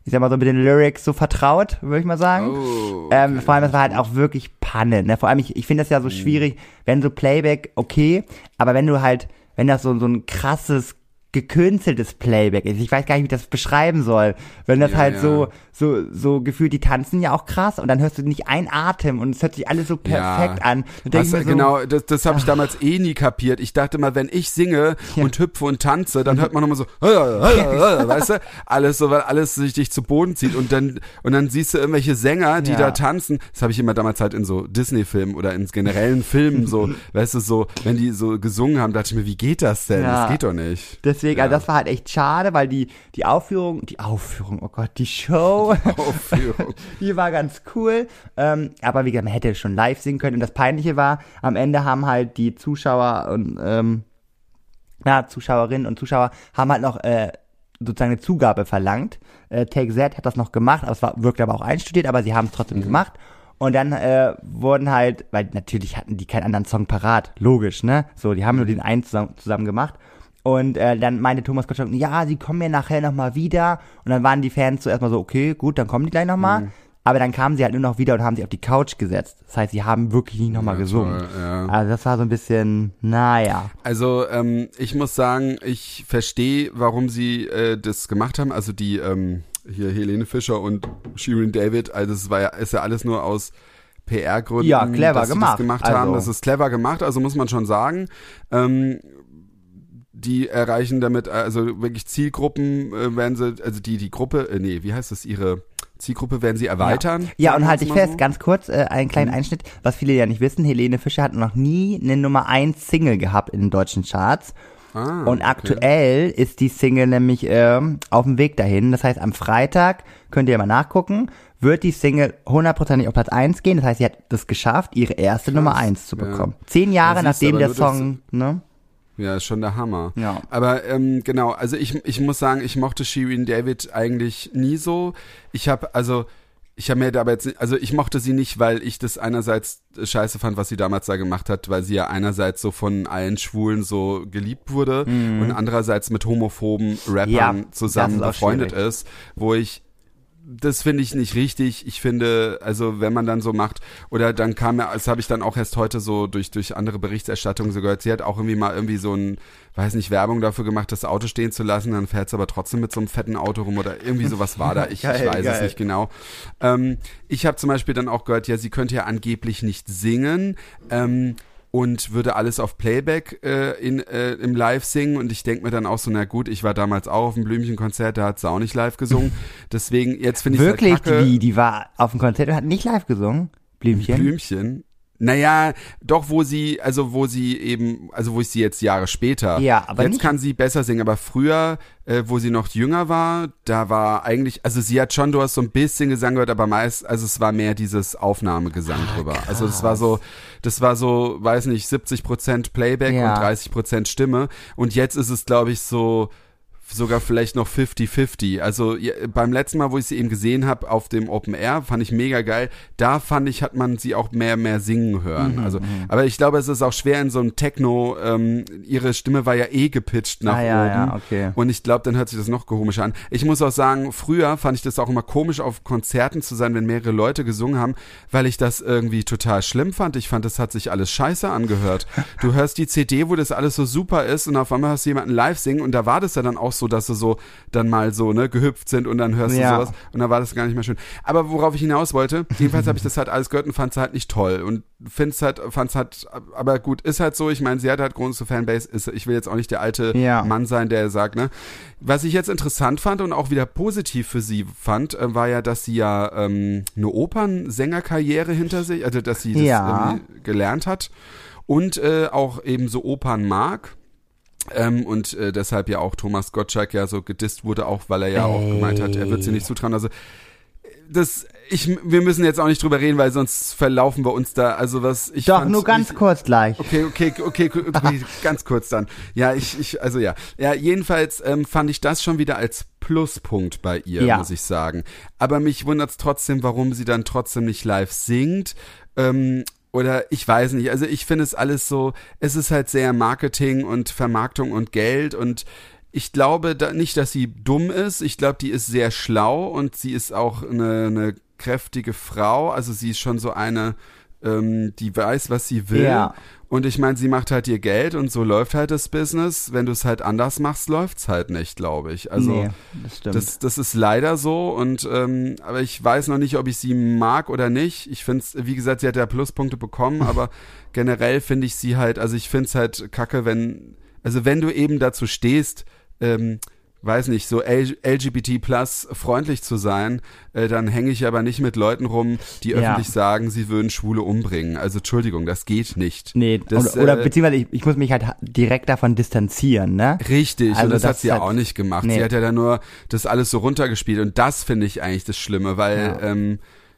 ich sag mal so mit den Lyrics so vertraut, würde ich mal sagen. Oh, okay. ähm, vor allem, das war halt auch wirklich Panne, ne? Vor allem, ich, ich finde das ja so mhm. schwierig, wenn so Playback, okay, aber wenn du halt, wenn das so, so ein krasses, gekünsteltes Playback ist. Ich weiß gar nicht, wie ich das beschreiben soll. Wenn das ja, halt ja. so, so, so gefühlt, die tanzen ja auch krass und dann hörst du nicht einen Atem und es hört sich alles so perfekt ja. an. Hast, so, genau, das, das habe ich damals eh nie kapiert. Ich dachte mal, wenn ich singe ja. und hüpfe und tanze, dann hört man nochmal so, weißt du, alles so, weil alles sich dich zu Boden zieht und dann, und dann siehst du irgendwelche Sänger, die ja. da tanzen. Das habe ich immer damals halt in so Disney-Filmen oder in generellen Filmen so, weißt du, so, wenn die so gesungen haben, dachte ich mir, wie geht das denn? Ja. Das geht doch nicht. Das Deswegen, ja. also das war halt echt schade, weil die, die Aufführung, die Aufführung, oh Gott, die Show, die, Aufführung. die war ganz cool. Ähm, aber wie gesagt, man hätte schon live singen können. Und das Peinliche war, am Ende haben halt die Zuschauer und, ähm, na, Zuschauerinnen und Zuschauer haben halt noch, äh, sozusagen eine Zugabe verlangt. Äh, Take That hat das noch gemacht, aber es war, wirkte aber auch einstudiert, aber sie haben es trotzdem mhm. gemacht. Und dann äh, wurden halt, weil natürlich hatten die keinen anderen Song parat, logisch, ne? So, die haben nur den einen zusammen, zusammen gemacht. Und äh, dann meinte Thomas Gottschalk, ja, sie kommen ja nachher nochmal wieder. Und dann waren die Fans zuerst mal so, okay, gut, dann kommen die gleich nochmal. Mhm. Aber dann kamen sie halt nur noch wieder und haben sich auf die Couch gesetzt. Das heißt, sie haben wirklich nicht nochmal ja, gesungen. Toll, ja. Also das war so ein bisschen, naja. Also ähm, ich muss sagen, ich verstehe, warum sie äh, das gemacht haben. Also die ähm, hier Helene Fischer und Shirin David, also es war ja, ist ja alles nur aus P R-Gründen, ja, clever dass sie gemacht. das gemacht also. haben. Das ist clever gemacht, also muss man schon sagen. Ähm, die erreichen damit, also wirklich Zielgruppen äh, werden sie, also die, die Gruppe, äh, nee, wie heißt das, ihre Zielgruppe werden sie erweitern. Ja, ja und halte ich fest, so. ganz kurz, äh, einen kleinen mhm. Einschnitt, was viele ja nicht wissen, Helene Fischer hat noch nie eine Nummer eins Single gehabt in den deutschen Charts. Ah, und aktuell okay. ist die Single nämlich äh, auf dem Weg dahin. Das heißt, am Freitag, könnt ihr mal nachgucken, wird die Single hundertprozentig auf Platz eins gehen. Das heißt, sie hat das geschafft, ihre erste Krass, Nummer eins zu bekommen. Ja. Zehn Jahre ja, nachdem der Song, ne? Ja, ist schon der Hammer. Ja. Aber ähm, genau, also ich ich muss sagen, ich mochte Shirin David eigentlich nie so. Ich habe also ich habe mir dabei jetzt, also ich mochte sie nicht, weil ich das einerseits scheiße fand, was sie damals da gemacht hat, weil sie ja einerseits so von allen Schwulen so geliebt wurde mhm. und andererseits mit homophoben Rappern ja, zusammen befreundet ist, wo ich das finde ich nicht richtig. Ich finde, also wenn man dann so macht, oder dann kam ja, das habe ich dann auch erst heute so durch durch andere Berichterstattungen so gehört, sie hat auch irgendwie mal irgendwie so ein, weiß nicht, Werbung dafür gemacht, das Auto stehen zu lassen, dann fährt sie aber trotzdem mit so einem fetten Auto rum oder irgendwie sowas war da, ich, geil, ich weiß geil. es nicht genau. Ähm, ich habe zum Beispiel dann auch gehört, ja, sie könnte ja angeblich nicht singen, ähm, und würde alles auf Playback äh, in, äh, im Live singen und ich denke mir dann auch so, na gut, ich war damals auch auf dem Blümchen-Konzert, da hat sie auch nicht live gesungen, deswegen, jetzt finde ich Wirklich, halt kacke. die, die war auf dem Konzert und hat nicht live gesungen? Blümchen? Blümchen? Naja, doch, wo sie, also wo sie eben, also wo ich sie jetzt Jahre später, ja, aber jetzt nicht. kann sie besser singen, aber früher, äh, wo sie noch jünger war, da war eigentlich, also sie hat schon, du hast so ein bisschen Gesang gehört, aber meist, also es war mehr dieses Aufnahmegesang ah, drüber. Krass. Also das war so, das war so, weiß nicht, siebzig Prozent Playback ja. und dreißig Prozent Stimme und jetzt ist es, glaube ich, so, sogar vielleicht noch fifty fifty. Also ja, beim letzten Mal, wo ich sie eben gesehen habe auf dem Open Air, fand ich mega geil. Da fand ich, hat man sie auch mehr mehr singen hören. Mhm, also, aber ich glaube, es ist auch schwer in so einem Techno. Ähm, ihre Stimme war ja eh gepitcht nach ah, ja, oben. Ja, okay. Und ich glaube, dann hört sich das noch komisch an. Ich muss auch sagen, früher fand ich das auch immer komisch, auf Konzerten zu sein, wenn mehrere Leute gesungen haben, weil ich das irgendwie total schlimm fand. Ich fand, das hat sich alles scheiße angehört. Du hörst die C D, wo das alles so super ist und auf einmal hast du jemanden live singen und da war das ja dann auch so, dass sie so dann mal so ne gehüpft sind und dann hörst ja. du sowas und dann war das gar nicht mehr schön. Aber worauf ich hinaus wollte, jedenfalls habe ich das halt alles gehört und fand es halt nicht toll und find's halt, fand's halt, aber gut, ist halt so, ich meine, sie hat halt große Fanbase, ist, ich will jetzt auch nicht der alte ja. Mann sein, der sagt, ne. Was ich jetzt interessant fand und auch wieder positiv für sie fand, äh, war ja, dass sie ja ähm, eine Opernsängerkarriere hinter sich, also dass sie das ja. irgendwie gelernt hat und äh, auch eben so Opern mag. Ähm, und äh, deshalb ja auch Thomas Gottschalk ja so gedisst wurde, auch weil er ja Ey. auch gemeint hat, er wird sie nicht zutrauen. Also das, ich, wir müssen jetzt auch nicht drüber reden, weil sonst verlaufen wir uns da. Also was ich Doch, nur ganz ich, kurz gleich. Okay, okay, okay, okay, okay ganz kurz dann. Ja, ich, ich, also ja. Ja, jedenfalls ähm, fand ich das schon wieder als Pluspunkt bei ihr, ja. muss ich sagen. Aber mich wundert's trotzdem, warum sie dann trotzdem nicht live singt. Ähm, Oder ich weiß nicht, also ich finde es alles so, es ist halt sehr Marketing und Vermarktung und Geld und ich glaube da nicht, dass sie dumm ist. Ich glaube, die ist sehr schlau und sie ist auch eine, eine kräftige Frau. Also sie ist schon so eine, ähm, die weiß, was sie will. Ja. Und ich meine, sie macht halt ihr Geld und so läuft halt das Business. Wenn du es halt anders machst, läuft's halt nicht, glaube ich. Also Nee, das stimmt. das, das ist leider so. Und ähm, aber ich weiß noch nicht, ob ich sie mag oder nicht. Ich finde es, wie gesagt, sie hat ja Pluspunkte bekommen, aber generell finde ich sie halt, also ich finde es halt kacke, wenn, also wenn du eben dazu stehst, ähm, weiß nicht, so L G B T plus freundlich zu sein, äh, dann hänge ich aber nicht mit Leuten rum, die Ja. öffentlich sagen, sie würden Schwule umbringen. Also Entschuldigung, das geht nicht. Nee, Das, oder, oder äh, beziehungsweise ich, ich muss mich halt direkt davon distanzieren, ne? Richtig, Also und das, das hat sie ja hat- auch nicht gemacht. nee. Sie hat ja dann nur das alles so runtergespielt und das finde ich eigentlich das Schlimme, weil Ja. ähm,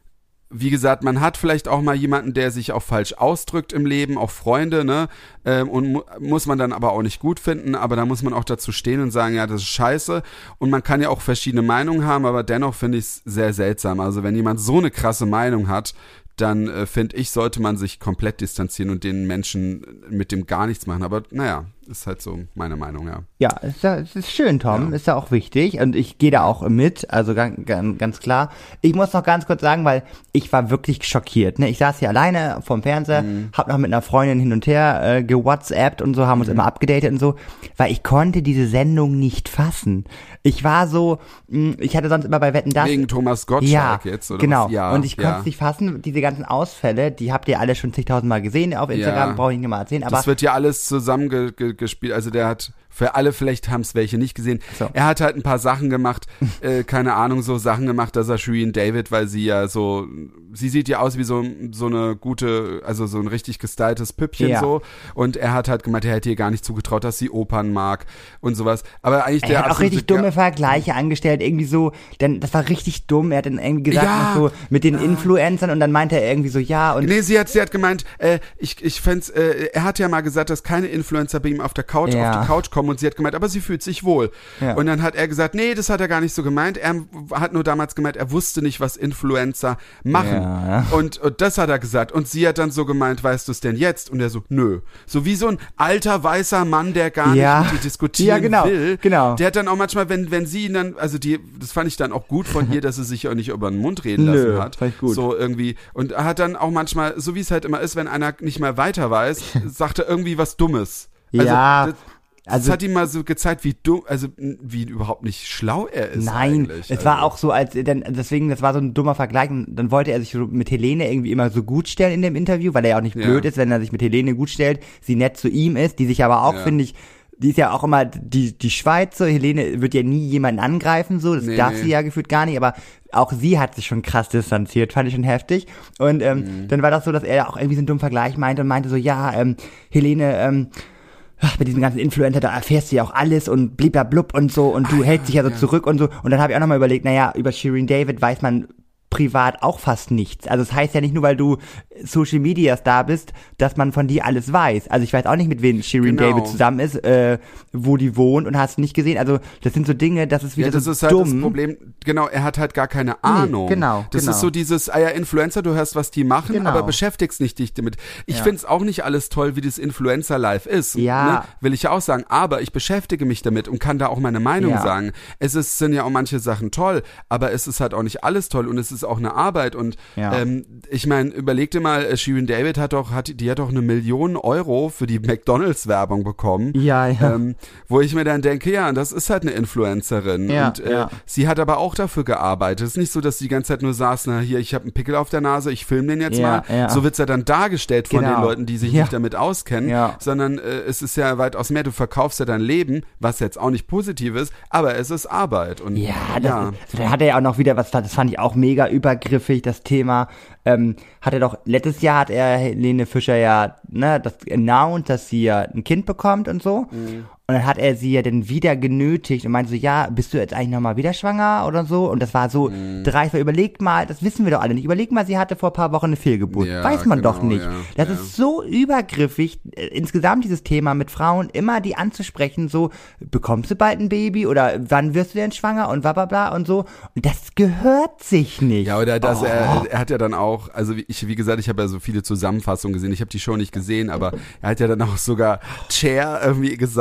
wie gesagt, man hat vielleicht auch mal jemanden, der sich auch falsch ausdrückt im Leben, auch Freunde, ne? Ähm, und mu- muss man dann aber auch nicht gut finden, aber da muss man auch dazu stehen und sagen, ja, das ist scheiße. Und man kann ja auch verschiedene Meinungen haben, aber dennoch finde ich es sehr seltsam. Also wenn jemand so eine krasse Meinung hat, dann äh, finde ich, sollte man sich komplett distanzieren und den Menschen mit dem gar nichts machen. Aber naja, ist halt so meine Meinung, ja. Ja, ist, ja, ist schön, Tom, Ja. ist ja auch wichtig und ich gehe da auch mit, also ganz, ganz, ganz klar. Ich muss noch ganz kurz sagen, weil ich war wirklich schockiert, ne? Ich saß hier alleine vorm Fernseher, Mhm. hab noch mit einer Freundin hin und her äh, gewhatsappt und so, haben uns immer abgedatet und so, weil ich konnte diese Sendung nicht fassen. Ich war so, mh, ich hatte sonst immer bei Wetten, dass Wegen Thomas Gottschalk ja, jetzt, oder genau. was? Ja, und ich konnte ja. es nicht fassen, diese ganzen Ausfälle, die habt ihr alle schon zigtausendmal gesehen auf Instagram, Ja. brauche ich nicht mal erzählen, aber Das wird ja alles zusammengespielt. Also der hat, für alle, vielleicht haben es welche nicht gesehen, So. er hat halt ein paar Sachen gemacht, äh, keine Ahnung, so Sachen gemacht, dass er Shirin David, weil sie ja so, sie sieht ja aus wie so, so eine gute, also so ein richtig gestyltes Püppchen Ja. so. Und er hat halt gemeint, er hätte ihr gar nicht zugetraut, dass sie Opern mag und sowas. Aber eigentlich er der hat auch absolute richtig dumme Vergleiche angestellt, irgendwie so, denn das war richtig dumm, er hat dann irgendwie gesagt, Ja. noch so mit den Influencern und dann meinte er irgendwie so, ja und Nee, sie hat, sie hat gemeint, äh, ich, ich fänd's, äh, er hat ja mal gesagt, dass keine Influencer bei ihm auf der Couch, Ja. auf die Couch kommen und sie hat gemeint, aber sie fühlt sich wohl. Ja. Und dann hat er gesagt, nee, das hat er gar nicht so gemeint. Er hat nur damals gemeint, er wusste nicht, was Influencer machen. Ja. Und, und das hat er gesagt. Und sie hat dann so gemeint, weißt du es denn jetzt? Und er so, nö. So wie so ein alter, weißer Mann, der gar Ja. nicht mit dir diskutieren Ja, genau, will. genau. Der hat dann auch manchmal, wenn, wenn sie ihn dann, also die, das fand ich dann auch gut von ihr, dass sie sich auch nicht über den Mund reden Nö, lassen hat. fand ich gut. So irgendwie. Und er hat dann auch manchmal, so wie es halt immer ist, wenn einer nicht mehr weiter weiß, sagt er irgendwie was Dummes. Also, Ja, das, also- das hat ihm mal so gezeigt, wie dumm, also wie überhaupt nicht schlau er ist. Nein, eigentlich. es also, war auch so, als denn deswegen, das war so ein dummer Vergleich. Und dann wollte er sich so mit Helene irgendwie immer so gut stellen in dem Interview, weil er ja auch nicht Ja. blöd ist, wenn er sich mit Helene gut stellt, sie nett zu ihm ist, die sich aber auch, Ja. finde ich, die ist ja auch immer die die Schweizer. Helene wird ja nie jemanden angreifen, so, das Nee, darf nee. sie ja gefühlt gar nicht, aber auch sie hat sich schon krass distanziert, fand ich schon heftig. Und ähm, Mhm. dann war das so, dass er auch irgendwie so einen dummen Vergleich meinte und meinte so, ja, ähm, Helene, ähm, ach, bei diesen ganzen Influencer, da erfährst du ja auch alles und bliblablub und so und du hältst dich ja so zurück und so. Und dann habe ich auch nochmal überlegt, naja, über Shirin David weiß man privat auch fast nichts. Also es heißt ja nicht nur, weil du Social Media Star bist, dass man von dir alles weiß. Also ich weiß auch nicht, mit wem Shirin Genau. David zusammen ist, äh, wo die wohnt und hast nicht gesehen. Also das sind so Dinge, das ist wieder Ja, das so ist halt dumm. das Problem. Genau, er hat halt gar keine Ahnung. genau, Das genau. ist so dieses, ah ja, Influencer, du hörst, was die machen, Genau. aber beschäftigst nicht dich damit. Ich Ja. find's auch nicht alles toll, wie das Influencer-Life ist. Ja. Ne? Will ich ja auch sagen. Aber ich beschäftige mich damit und kann da auch meine Meinung Ja. sagen. Es ist, sind ja auch manche Sachen toll, aber es ist halt auch nicht alles toll und es ist auch eine Arbeit. Und Ja. ähm, ich meine, überleg dir mal, äh, Shirin David hat doch, hat, die hat doch eine Million Euro für die McDonalds-Werbung bekommen. Ja, ja. Ähm, wo ich mir dann denke, ja, das ist halt eine Influencerin. Ja, und äh, ja. sie hat aber auch dafür gearbeitet. Es ist nicht so, dass sie die ganze Zeit nur saß, na hier, ich habe einen Pickel auf der Nase, ich filme den jetzt Ja, mal. ja. So wird's ja dann dargestellt von Genau. den Leuten, die sich Ja. nicht damit auskennen, Ja. sondern äh, es ist ja weitaus mehr, du verkaufst ja dein Leben, was jetzt auch nicht positiv ist, aber es ist Arbeit. Und Ja, das, ja. also, da hat er ja auch noch wieder was, das fand ich auch mega übergriffig, das Thema. Ähm, hat er doch, letztes Jahr hat er Helene Fischer ja, ne, das announced, dass sie ja ein Kind bekommt und so. Mhm. Und dann hat er sie ja dann wieder genötigt und meinte so, ja, bist du jetzt eigentlich nochmal wieder schwanger oder so? Und das war so Mhm. dreist, weil überleg mal, das wissen wir doch alle nicht. Überleg mal, sie hatte vor ein paar Wochen eine Fehlgeburt. Ja, Weiß man genau, doch nicht. ja, das ja. ist so übergriffig, äh, insgesamt dieses Thema mit Frauen, immer die anzusprechen, so, bekommst du bald ein Baby oder wann wirst du denn schwanger und bla bla bla und so. Und das gehört sich nicht. Ja, oder dass Oh. er, er hat ja dann auch, also wie- ich, wie gesagt, ich habe ja so viele Zusammenfassungen gesehen, ich habe die Show nicht gesehen, aber er hat ja dann auch sogar Cher irgendwie gesagt, die hat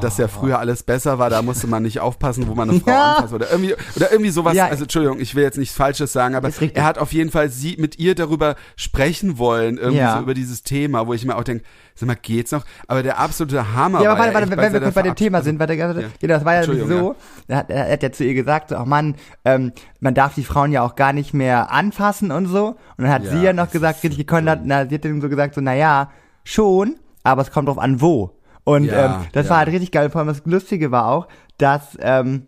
dass ja früher alles besser war, da musste man nicht aufpassen, wo man eine Frau Ja. anfasst oder irgendwie, oder irgendwie sowas. Ja. Also Entschuldigung, ich will jetzt nichts Falsches sagen, aber Ist richtig. er hat auf jeden Fall sie mit ihr darüber sprechen wollen, irgendwie Ja. so über dieses Thema, wo ich mir auch denke, sag mal, geht's noch? Aber der absolute Hammer Ja, war aber warte, ja warte, echt wenn bei wir seiner kurz bei dem Thema Verabschiedung. sind, warte, warte, Ja. genau, das war ja nämlich Entschuldigung, so, er hat, er hat ja zu ihr gesagt, so, ach Mann, ähm, man darf die Frauen ja auch gar nicht mehr anfassen und so. Und dann hat Ja, sie ja noch das gesagt, ist richtig gekonnt hat, na, sie hat ihm so gesagt, so, na ja, schon, aber es kommt drauf an, wo. Und Ja, ähm, das ja. war halt richtig geil. Vor allem das Lustige war auch, dass ähm,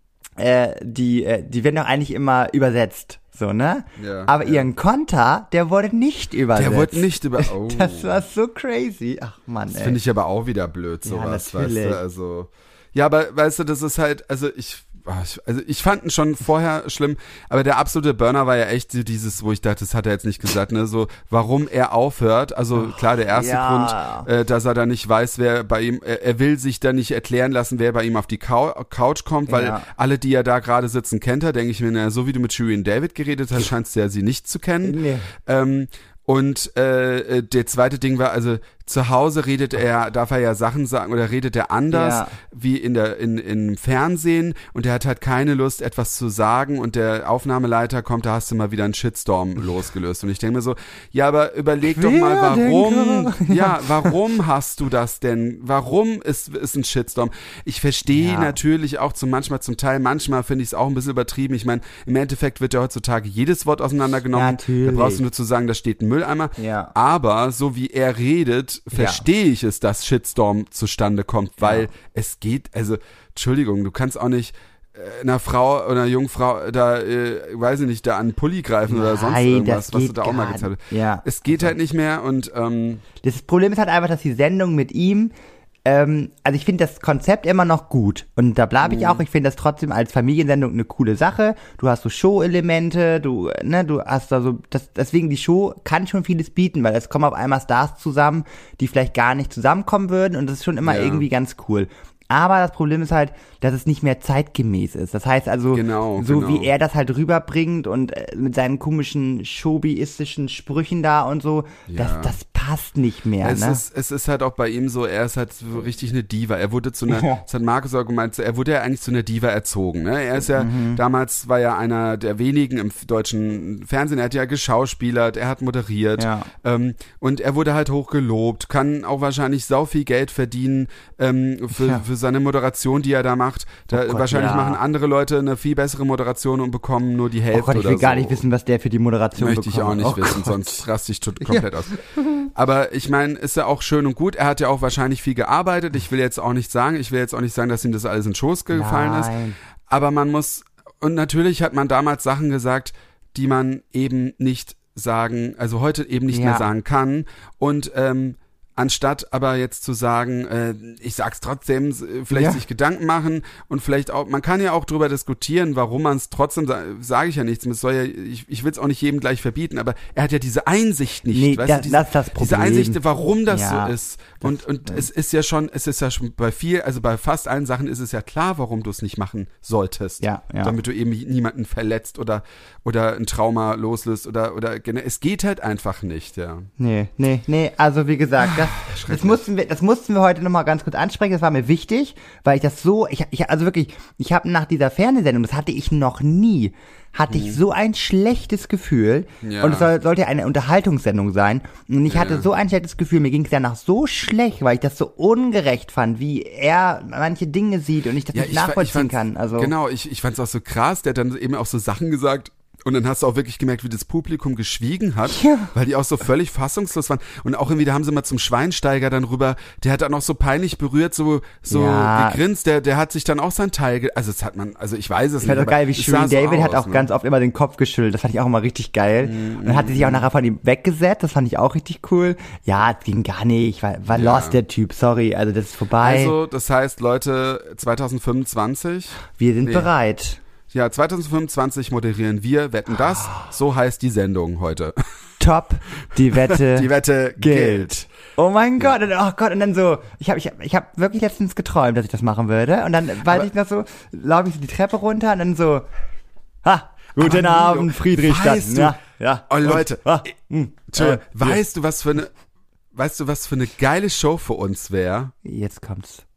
äh, die, äh, die werden doch eigentlich immer übersetzt. So, ne? Ja, aber ja. ihren Konter, der wurde nicht übersetzt. Der wurde nicht über. Oh. Das war so crazy. Ach Mann, ey. Das finde ich aber auch wieder blöd, sowas, weißt natürlich. du, also. Ja, aber weißt du, das ist halt, also ich, also ich fand ihn schon vorher schlimm, aber der absolute Burner war ja echt so dieses, wo ich dachte, das hat er jetzt nicht gesagt, ne, so, warum er aufhört, also klar, der erste ja. Grund, äh, dass er da nicht weiß, wer bei ihm, er, er will sich da nicht erklären lassen, wer bei ihm auf die Cou- Couch kommt, weil Ja. alle, die ja da gerade sitzen, kennt er, denke ich mir, na, so wie du mit Shirin David geredet hast, scheinst du ja sie nicht zu kennen. Nee. Ähm, und äh, der zweite Ding war, also zu Hause redet er, darf er ja Sachen sagen oder redet er anders Ja. wie in der in im Fernsehen und er hat halt keine Lust etwas zu sagen und der Aufnahmeleiter kommt, da hast du mal wieder einen Shitstorm losgelöst und ich denke mir so, ja, aber überleg doch mal, warum, Querdenker. ja, warum hast du das denn? Warum ist ist ein Shitstorm? Ich verstehe Ja. natürlich auch zum manchmal zum Teil, manchmal finde ich es auch ein bisschen übertrieben. Ich meine, im Endeffekt wird ja heutzutage jedes Wort auseinandergenommen. Natürlich. Da brauchst du nur zu sagen, da steht ein Mülleimer. Ja. Aber so wie er redet, verstehe ich es, dass Shitstorm zustande kommt, weil Ja. es geht, also, Entschuldigung, du kannst auch nicht äh, einer Frau oder einer jungen Frau da, äh, weiß ich nicht, da an den Pulli greifen oder sonst Nein, irgendwas, das was du geht da auch mal gar gezeigt hast. nicht. Ja. Es geht halt nicht mehr und, ähm, Das Problem ist halt einfach, dass die Sendung mit ihm, ähm, also ich finde das Konzept immer noch gut. Und da bleibe ich auch, ich finde das trotzdem als Familiensendung eine coole Sache. Du hast so Show-Elemente, du, ne, du hast da so, das, deswegen die Show kann schon vieles bieten, weil es kommen auf einmal Stars zusammen, die vielleicht gar nicht zusammenkommen würden und das ist schon immer Ja. irgendwie ganz cool. Aber das Problem ist halt, dass es nicht mehr zeitgemäß ist. Das heißt also, Genau, so genau. wie er das halt rüberbringt und äh, mit seinen komischen showbiistischen Sprüchen da und so, Ja. das, das passt nicht mehr, Es, ne? ist, es ist halt auch bei ihm so, er ist halt so richtig eine Diva. Er wurde zu einer, Ja. das hat Markus auch gemeint, er wurde ja eigentlich zu einer Diva erzogen. Ne? Er ist ja, Mhm. damals war ja einer der wenigen im deutschen Fernsehen, er hat ja geschauspielert, er hat moderiert Ja. ähm, und er wurde halt hochgelobt, kann auch wahrscheinlich sau viel Geld verdienen ähm, für, Ja. für seine Moderation, die er da macht. Da, Oh Gott, wahrscheinlich ja. machen andere Leute eine viel bessere Moderation und bekommen nur die Hälfte Oh Gott, ich oder will so. gar nicht wissen, was der für die Moderation Möchte ich bekommt. auch nicht Oh wissen, Gott. sonst raste ich tot- komplett aus. Aber ich meine, ist ja auch schön und gut. Er hat ja auch wahrscheinlich viel gearbeitet. Ich will jetzt auch nicht sagen, ich will jetzt auch nicht sagen, dass ihm das alles in den Schoß gefallen ist. Nein. Aber man muss, und natürlich hat man damals Sachen gesagt, die man eben nicht sagen, also heute eben nicht Ja. mehr sagen kann. Und ähm, anstatt aber jetzt zu sagen, äh, ich sag's trotzdem, s- vielleicht Ja. sich Gedanken machen und vielleicht auch, man kann ja auch drüber diskutieren, warum man es trotzdem, sa sage ich ja nichts, es soll ja, ich, ich will es auch nicht jedem gleich verbieten, aber er hat ja diese Einsicht nicht, Nee, weißt das- du, diese, das ist das diese Problem. Einsicht, warum das Ja, so ist. Und, und stimmt. es ist ja schon, es ist ja schon bei viel, also bei fast allen Sachen ist es ja klar, warum du es nicht machen solltest. Ja, ja. Damit du eben niemanden verletzt oder, oder ein Trauma loslöst oder, oder, gene- es geht halt einfach nicht, ja. Nee, nee, nee, also wie gesagt, das, das mussten wir, das mussten wir heute nochmal ganz kurz ansprechen, das war mir wichtig, weil ich das so, ich, ich also wirklich, ich habe nach dieser Fernsehsendung, das hatte ich noch nie, hatte ich so ein schlechtes Gefühl Ja. und es soll, sollte ja eine Unterhaltungssendung sein und ich Ja. hatte so ein schlechtes Gefühl, mir ging es danach so schlecht, weil ich das so ungerecht fand, wie er manche Dinge sieht und ich das nicht ich fa- nachvollziehen fand's- kann, also. Genau, ich, ich fand es auch so krass, der hat dann eben auch so Sachen gesagt. Und dann hast du auch wirklich gemerkt, wie das Publikum geschwiegen hat, Ja. weil die auch so völlig fassungslos waren. Und auch irgendwie, da haben sie mal zum Schweinsteiger dann rüber, der hat dann auch so peinlich berührt, so, so Ja. gegrinst, der, der hat sich dann auch sein Teil, ge also das hat man, also ich weiß es Ich fand nicht. auch geil, wie es sah Shirin so David hat aus, auch ne? ganz oft immer den Kopf geschüttelt. Das fand ich auch immer richtig geil. Mhm. Und dann hat sie sich auch nachher von ihm weggesetzt. Das fand ich auch richtig cool. Ja, es ging gar nicht. War, war Ja. lost, der Typ. Sorry, also das ist vorbei. Also, das heißt, Leute, zwanzig fünfundzwanzig, Wir sind nee. bereit. ja, zwanzig fünfundzwanzig moderieren wir, wetten das, so heißt die Sendung heute. Top, die Wette Die Wette gilt. gilt. Oh mein Gott, und, oh Gott, und dann so, ich habe ich hab, ich hab wirklich letztens geträumt, dass ich das machen würde. Und dann, weil Aber- ich noch so, laufe ich so die Treppe runter und dann so, ha, guten Aber Abend, Milo, Friedrichstadt. weißt du- ja, ja. Oh Und- Leute, ah, ich- hm, Entschuldigung, äh, weißt du, was für eine, weißt du, was für eine geile Show für uns wäre? Jetzt kommt's.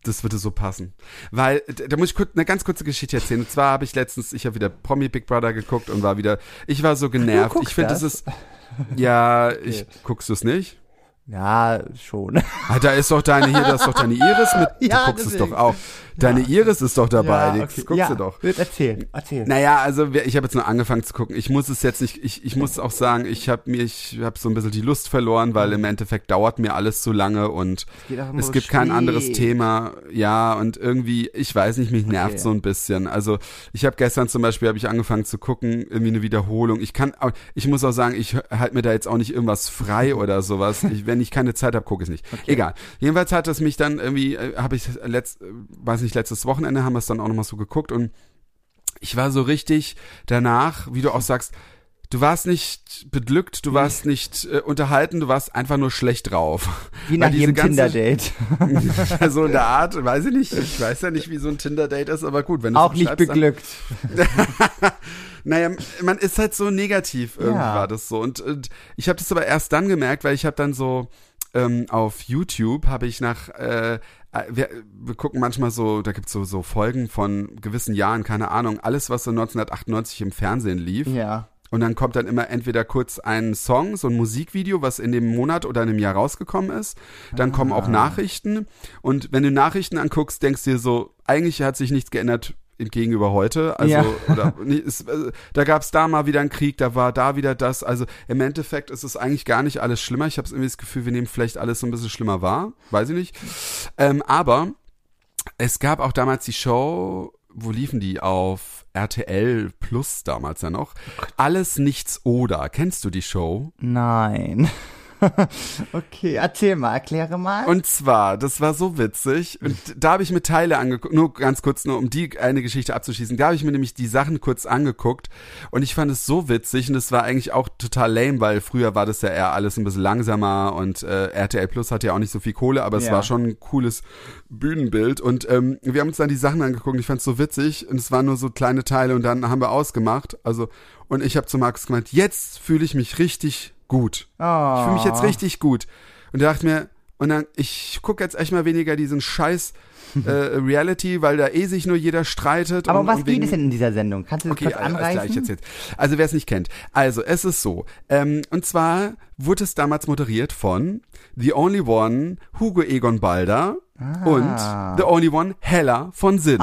das würde so passen. Weil, da muss ich kurz, eine ganz kurze Geschichte erzählen. Und zwar habe ich letztens, ich habe wieder Promi Big Brother geguckt und war wieder, ich war so genervt. Ich finde, das ist, ja, okay. Ich, guckst du es nicht? Ja, schon. Ah, da ist doch deine, hier, da ist doch deine Iris mit, ja, du guckst deswegen. es doch auch. Deine ja. Iris ist doch dabei, ja, das okay. guckst ja, du doch. Erzähl, erzähl. Naja, also ich habe jetzt nur angefangen zu gucken. Ich muss es jetzt nicht, ich, ich muss auch sagen, ich habe mir, ich habe so ein bisschen die Lust verloren, weil im Endeffekt dauert mir alles zu lange und es, es gibt kein anderes Thema. Ja, und irgendwie, ich weiß nicht, mich nervt okay. so ein bisschen. Also ich habe gestern zum Beispiel, habe ich angefangen zu gucken, irgendwie eine Wiederholung. Ich kann, ich muss auch sagen, ich halte mir da jetzt auch nicht irgendwas frei oder sowas. Ich, wenn ich keine Zeit habe, gucke ich nicht. Okay. Egal. Jedenfalls hat es mich dann irgendwie, habe ich letzt, weiß nicht, letztes Wochenende haben wir es dann auch nochmal so geguckt und ich war so richtig danach, wie du auch sagst, du warst nicht beglückt, du warst nicht äh, unterhalten, du warst einfach nur schlecht drauf. Wie nach jedem Tinder-Date. So in der Art, weiß ich nicht, ich weiß ja nicht, wie so ein Tinder-Date ist, aber gut. Wenn auch nicht beglückt. Naja, man ist halt so negativ, irgendwie ja. war das so. Und, und ich habe das aber erst dann gemerkt, weil ich habe dann so ähm, auf YouTube habe ich nach äh, Wir, wir gucken manchmal so, da gibt's so, so Folgen von gewissen Jahren, keine Ahnung, alles, was so neunzehnhundertachtundneunzig im Fernsehen lief. Ja. Und dann kommt dann immer entweder kurz ein Song, so ein Musikvideo, was in dem Monat oder in einem Jahr rausgekommen ist. Dann ah. kommen auch Nachrichten. Und wenn du Nachrichten anguckst, denkst du dir so, eigentlich hat sich nichts geändert gegenüber heute, also ja. oder ist, da gab es da mal wieder einen Krieg, da war da wieder das, also im Endeffekt ist es eigentlich gar nicht alles schlimmer, ich habe irgendwie das Gefühl, wir nehmen vielleicht alles so ein bisschen schlimmer wahr, weiß ich nicht, ähm, aber es gab auch damals die Show, wo liefen die, auf R T L Plus damals ja noch, Alles Nichts Oder, kennst du die Show? Nein. Okay, erzähl mal, erkläre mal. Und zwar, das war so witzig, und da habe ich mir Teile angeguckt, nur ganz kurz, nur um die eine Geschichte abzuschließen, da habe ich mir nämlich die Sachen kurz angeguckt und ich fand es so witzig und es war eigentlich auch total lame, weil früher war das ja eher alles ein bisschen langsamer und äh, R T L Plus hatte ja auch nicht so viel Kohle, aber es ja. war schon ein cooles Bühnenbild und ähm, wir haben uns dann die Sachen angeguckt und ich fand es so witzig und es waren nur so kleine Teile und dann haben wir ausgemacht, also und ich habe zu Markus gemeint, jetzt fühle ich mich richtig gut. Oh. Ich fühle mich jetzt richtig gut. Und da dachte mir, und dann, ich gucke jetzt echt mal weniger diesen Scheiß äh, Reality, weil da eh sich nur jeder streitet. Aber und, was und geht wegen, es denn in dieser Sendung? Kannst du das okay, kurz anreißen? Okay, jetzt, jetzt. Also wer es nicht kennt. Also es ist so, ähm, und zwar wurde es damals moderiert von The Only One, Hugo Egon Balder ah. und The Only One, Hella von Sinn.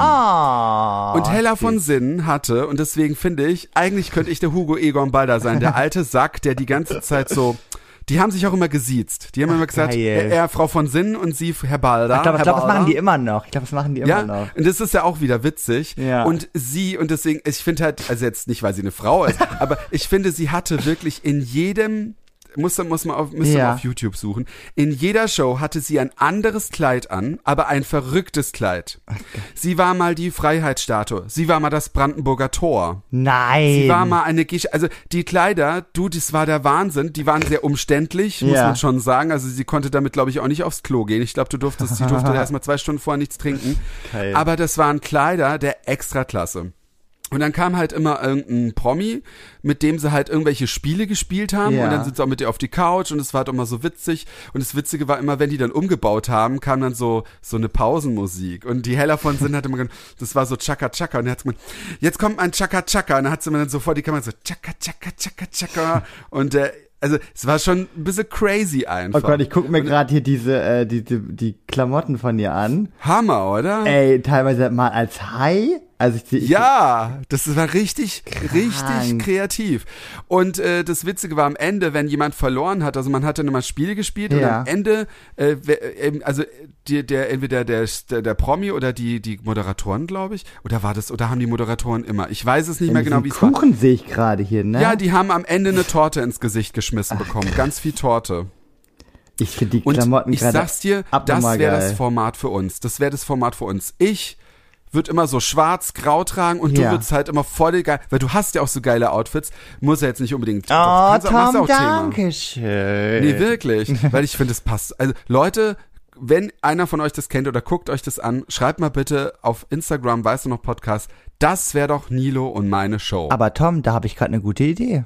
Oh, und Hella von Sinn hatte, und deswegen finde ich, eigentlich könnte ich der Hugo Egon Balder sein, der alte Sack, der die ganze Zeit so... Die haben sich auch immer gesiezt. Die haben Ach, immer gesagt, er, er Frau von Sinn und sie Herr Balder. Ich glaube, glaub, das machen die immer noch. Ich glaube, das machen die immer ja, noch. Und das ist ja auch wieder witzig. Ja. Und sie, und deswegen, ich finde halt, also jetzt nicht, weil sie eine Frau ist, aber ich finde, sie hatte wirklich in jedem... Muss, muss man auf, müsst ja. man auf YouTube suchen. In jeder Show hatte sie ein anderes Kleid an, aber ein verrücktes Kleid. Okay. Sie war mal die Freiheitsstatue. Sie war mal das Brandenburger Tor. Nein. Sie war mal eine Gesch- also die Kleider, du, das war der Wahnsinn. Die waren sehr umständlich, muss ja. man schon sagen. Also sie konnte damit, glaube ich, auch nicht aufs Klo gehen. Ich glaube, du durftest, sie durfte erst mal zwei Stunden vorher nichts trinken. Geil. Aber das waren Kleider der Extraklasse. Und dann kam halt immer irgendein Promi, mit dem sie halt irgendwelche Spiele gespielt haben ja. und dann sind sie auch mit ihr auf die Couch und es war halt immer so witzig und das Witzige war immer, wenn die dann umgebaut haben, kam dann so so eine Pausenmusik und die Hella von Sinn hat immer gesagt, das war so Chaka Chaka und er hat gesagt, jetzt kommt ein Chaka Chaka und dann hat sie mir dann so vor die Kamera so Chaka Chaka Chaka Chaka und der also es war schon ein bisschen crazy einfach. Oh Gott, ich gucke mir gerade hier diese, äh, die, die, die Klamotten von ihr an. Hammer, oder? Ey, teilweise mal als Hai. Also ich, ich, ja, das war richtig, krank. richtig kreativ. Und äh, das Witzige war am Ende, wenn jemand verloren hat, also man hat dann immer Spiele gespielt ja. und am Ende, äh, also die, der entweder der, der der Promi oder die die Moderatoren, glaube ich, oder war das, oder haben die Moderatoren immer? Ich weiß es nicht mehr genau, wie es war. Kuchen sehe ich gerade hier, ne? Ja, die haben am Ende eine Torte ins Gesicht geschmissen Ach, bekommen, ganz viel Torte. Ich finde die Klamotten gerade ich sag's dir, das wäre das Format für uns. Das wäre das Format für uns. Ich wird immer so schwarz-grau tragen und ja. du würdest halt immer voll geil, weil du hast ja auch so geile Outfits, muss ja jetzt nicht unbedingt. Oh, Tom, danke schön. Nee, wirklich, weil ich finde, es passt. Also Leute, wenn einer von euch das kennt oder guckt euch das an, schreibt mal bitte auf Instagram, weißt du noch, Podcast, das wäre doch Nilo und meine Show. Aber Tom, da habe ich gerade eine gute Idee.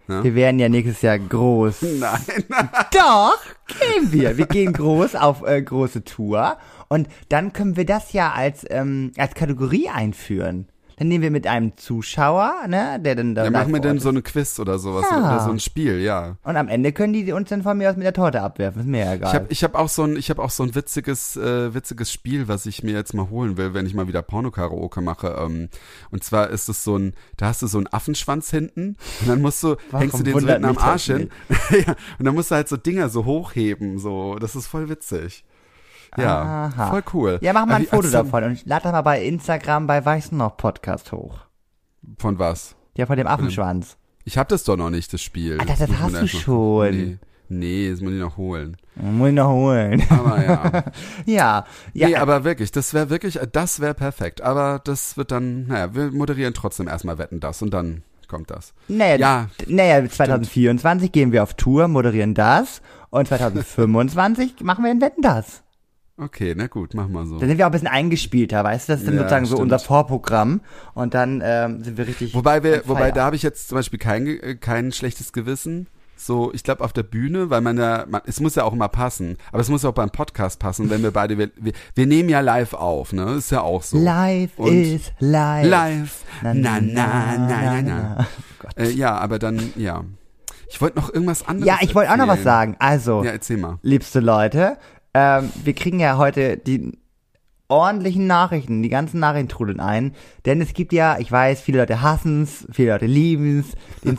Ne? Wir werden ja nächstes Jahr groß. Nein. Doch, gehen wir. Wir gehen groß auf äh, große Tour. Und dann können wir das ja als, ähm, als Kategorie einführen. Dann nehmen wir mit einem Zuschauer, ne, der dann da. Ja, machen wir dann ist. so eine Quiz oder sowas Ja. oder so ein Spiel, ja. Und am Ende können die uns dann von mir aus mit der Torte abwerfen. Ist mir ja egal. Ich habe ich hab auch so ein, ich hab auch so ein witziges, äh, witziges Spiel, was ich mir jetzt mal holen will, wenn ich mal wieder Porno-Karaoke mache. Ähm, und zwar ist es so ein, da hast du so einen Affenschwanz hinten und dann musst du, Warum hängst du den so wundert hinten am mich das Arsch hin. Ja, und dann musst du halt so Dinger so hochheben, so. Das ist voll witzig. Ja, Aha. voll cool. Ja, mach mal ein Aber wie- Foto also, davon und lad das mal bei Instagram bei Weißen noch Podcast hoch. Von was? Ja, von dem Affenschwanz. Ich hab das doch noch nicht, das Spiel. Alter, das muss man hast du erst noch- schon. Nee, nee, das muss ich noch holen. Muss ich noch holen. Aber ja. Ja, ja. Nee, aber wirklich, das wäre wirklich, das wäre perfekt. Aber das wird dann, naja, wir moderieren trotzdem erstmal Wetten, das und dann kommt das. Naja, Ja, naja, zwanzig vierundzwanzig gehen wir auf Tour, moderieren das und zwanzig fünfundzwanzig machen wir ein Wetten das. Okay, na gut, machen wir so. Da sind wir auch ein bisschen eingespielter, weißt du? Das ist dann Ja, sozusagen so stimmt. unser Vorprogramm und dann ähm, sind wir richtig. Wobei wir, on wobei fire. da habe ich jetzt zum Beispiel kein, äh, kein schlechtes Gewissen. So, ich glaube auf der Bühne, weil man ja, man, es muss ja auch immer passen, aber es muss auch beim Podcast passen, wenn wir beide, wir, wir, wir nehmen ja live auf, ne? Ist ja auch so. Live Und is live. Live. Na, na, na, na, na. Oh Gott. Äh, ja, aber dann, ja. Ich wollte noch irgendwas anderes Ja, ich wollte auch noch was erzählen. sagen. Also, Ja, erzähl mal. liebste Leute, ähm, wir kriegen ja heute die ordentlichen Nachrichten, die ganzen Nachrichten trudeln ein, denn es gibt ja, ich weiß, viele Leute hassen's, viele Leute lieben's, den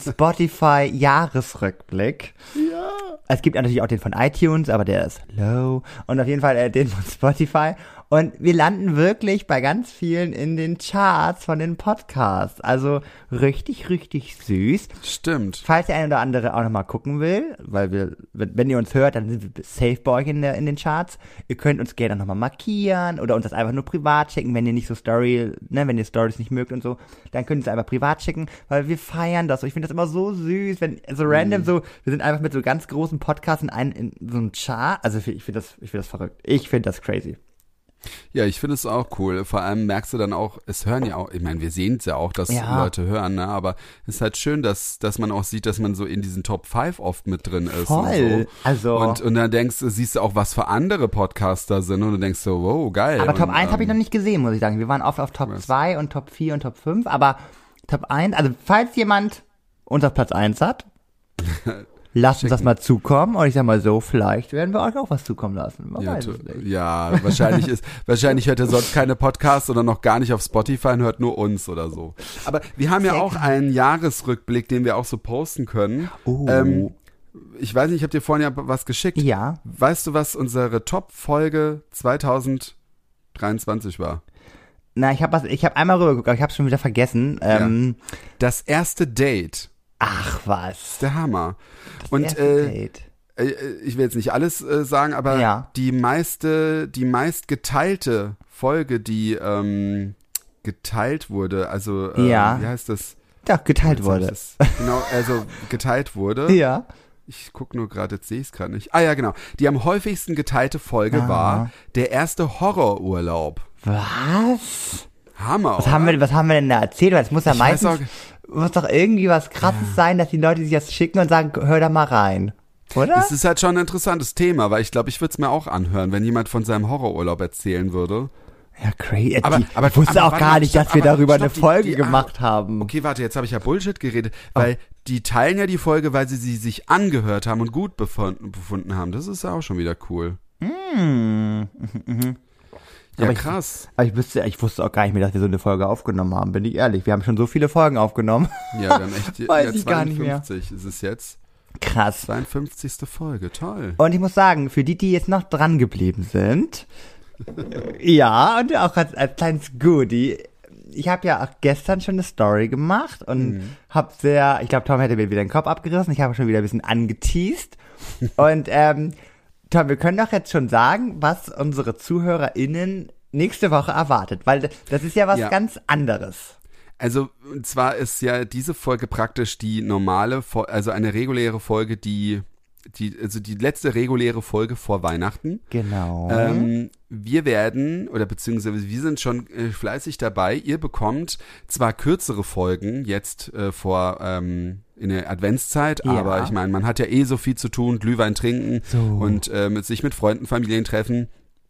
Spotify-Jahresrückblick. Ja. Es gibt natürlich auch den von iTunes, aber der ist low. Und auf jeden Fall äh, den von Spotify. Und wir landen wirklich bei ganz vielen in den Charts von den Podcasts. Also richtig, richtig süß. Stimmt. Falls der eine oder andere auch nochmal gucken will, weil wir, wenn, wenn ihr uns hört, dann sind wir safe bei euch in, der, in den Charts. Ihr könnt uns gerne nochmal markieren oder uns das einfach nur privat schicken, wenn ihr nicht so Story, ne, wenn ihr Stories nicht mögt und so, dann könnt ihr es einfach privat schicken, weil wir feiern das. Und ich finde das immer so süß, wenn so random so, wir sind einfach mit so ganz großen Podcasts in, einen, in so einem Chart. Also ich finde das, ich finde das verrückt. Ich finde das crazy. Ja, ich finde es auch cool. Vor allem merkst du dann auch, es hören ja auch, ich meine, wir sehen es ja auch, dass Ja. Leute hören, ne? Aber es ist halt schön, dass, dass man auch sieht, dass man so in diesen Top fünf oft mit drin ist. Voll. Und, so. Also. und, und dann denkst du, siehst du auch, was für andere Podcaster sind und du denkst so, wow, geil. Aber Top und, eins habe ich noch ähm, nicht gesehen, muss ich sagen. Wir waren oft auf Top Was? zwei und Top vier und Top fünf, aber Top eins, also falls jemand uns auf Platz eins hat, lasst uns das mal zukommen und ich sag mal so, vielleicht werden wir euch auch was zukommen lassen. Man Ja, weiß tu- es nicht. ja, wahrscheinlich ist, wahrscheinlich hört er sonst keine Podcasts oder noch gar nicht auf Spotify und hört nur uns oder so. Aber wir haben ja Sehr auch einen Jahresrückblick, den wir auch so posten können. Oh. Ähm, ich weiß nicht, ich habe dir vorhin ja was geschickt. Ja. Weißt du, was unsere Top-Folge zwanzig dreiundzwanzig war? Na, ich habe was, ich habe einmal rübergeguckt, aber ich habe schon wieder vergessen. Ähm, Das erste Date. Ach was. Der Hammer. Und Erste äh, Date. äh, ich will jetzt nicht alles äh, sagen, aber Ja. die meiste, die meist geteilte Folge, die ähm, geteilt wurde, also äh, Ja. wie heißt das? Doch, geteilt Jetzt hab ich wurde. das- Genau, also geteilt wurde. Ja. Ich gucke nur gerade, jetzt sehe ich es gerade nicht. Ah ja, genau. Die am häufigsten geteilte Folge Ah. war der erste Horrorurlaub. Was? Hammer, Was oder? haben wir, was haben wir denn da erzählt? Weil es muss ja Ich weiß meistens, auch- muss doch irgendwie was Krasses sein, dass die Leute sich das schicken und sagen, hör da mal rein. Oder? Das ist halt schon ein interessantes Thema, weil ich glaube, ich würde es mir auch anhören, wenn jemand von seinem Horrorurlaub erzählen würde. Ja, crazy. Aber- die, aber- ich wusste aber auch warte gar mal, nicht, stopp, dass wir aber darüber stopp, eine die- Folge die- ah, gemacht haben. Okay, warte, jetzt habe ich ja Bullshit geredet, weil die teilen ja die Folge, weil sie sie sich angehört haben und gut befunden, befunden haben. Das ist ja auch schon wieder cool. Hm. Ja, Aber ich- krass. Aber ich wusste, ich wusste auch gar nicht mehr, dass wir so eine Folge aufgenommen haben, bin ich ehrlich. Wir haben schon so viele Folgen aufgenommen. Ja, wir haben echt Weiß ja, ich gar nicht mehr. zweiundfünfzig ist es jetzt. Krass. zweiundfünfzigste Folge, toll. Und ich muss sagen, für die, die jetzt noch dran geblieben sind, ja, und auch als, als kleines Goodie, ich habe ja auch gestern schon eine Story gemacht und Mhm. habe sehr, ich glaube, Tom hätte mir wieder den Kopf abgerissen, ich habe schon wieder ein bisschen angeteased. Und ähm, Tom, wir können doch jetzt schon sagen, was unsere ZuhörerInnen nächste Woche erwartet, weil das ist ja was Ja. ganz anderes. Also, und zwar ist ja diese Folge praktisch die normale, Fo- also eine reguläre Folge, die, die, also die letzte reguläre Folge vor Weihnachten. Genau. Ähm, wir werden, oder beziehungsweise wir sind schon äh, fleißig dabei. Ihr bekommt zwar kürzere Folgen jetzt äh, vor, ähm, in der Adventszeit, Ja. aber ich meine, man hat ja eh so viel zu tun, Glühwein trinken So. und äh, mit sich mit Freunden, Familien treffen.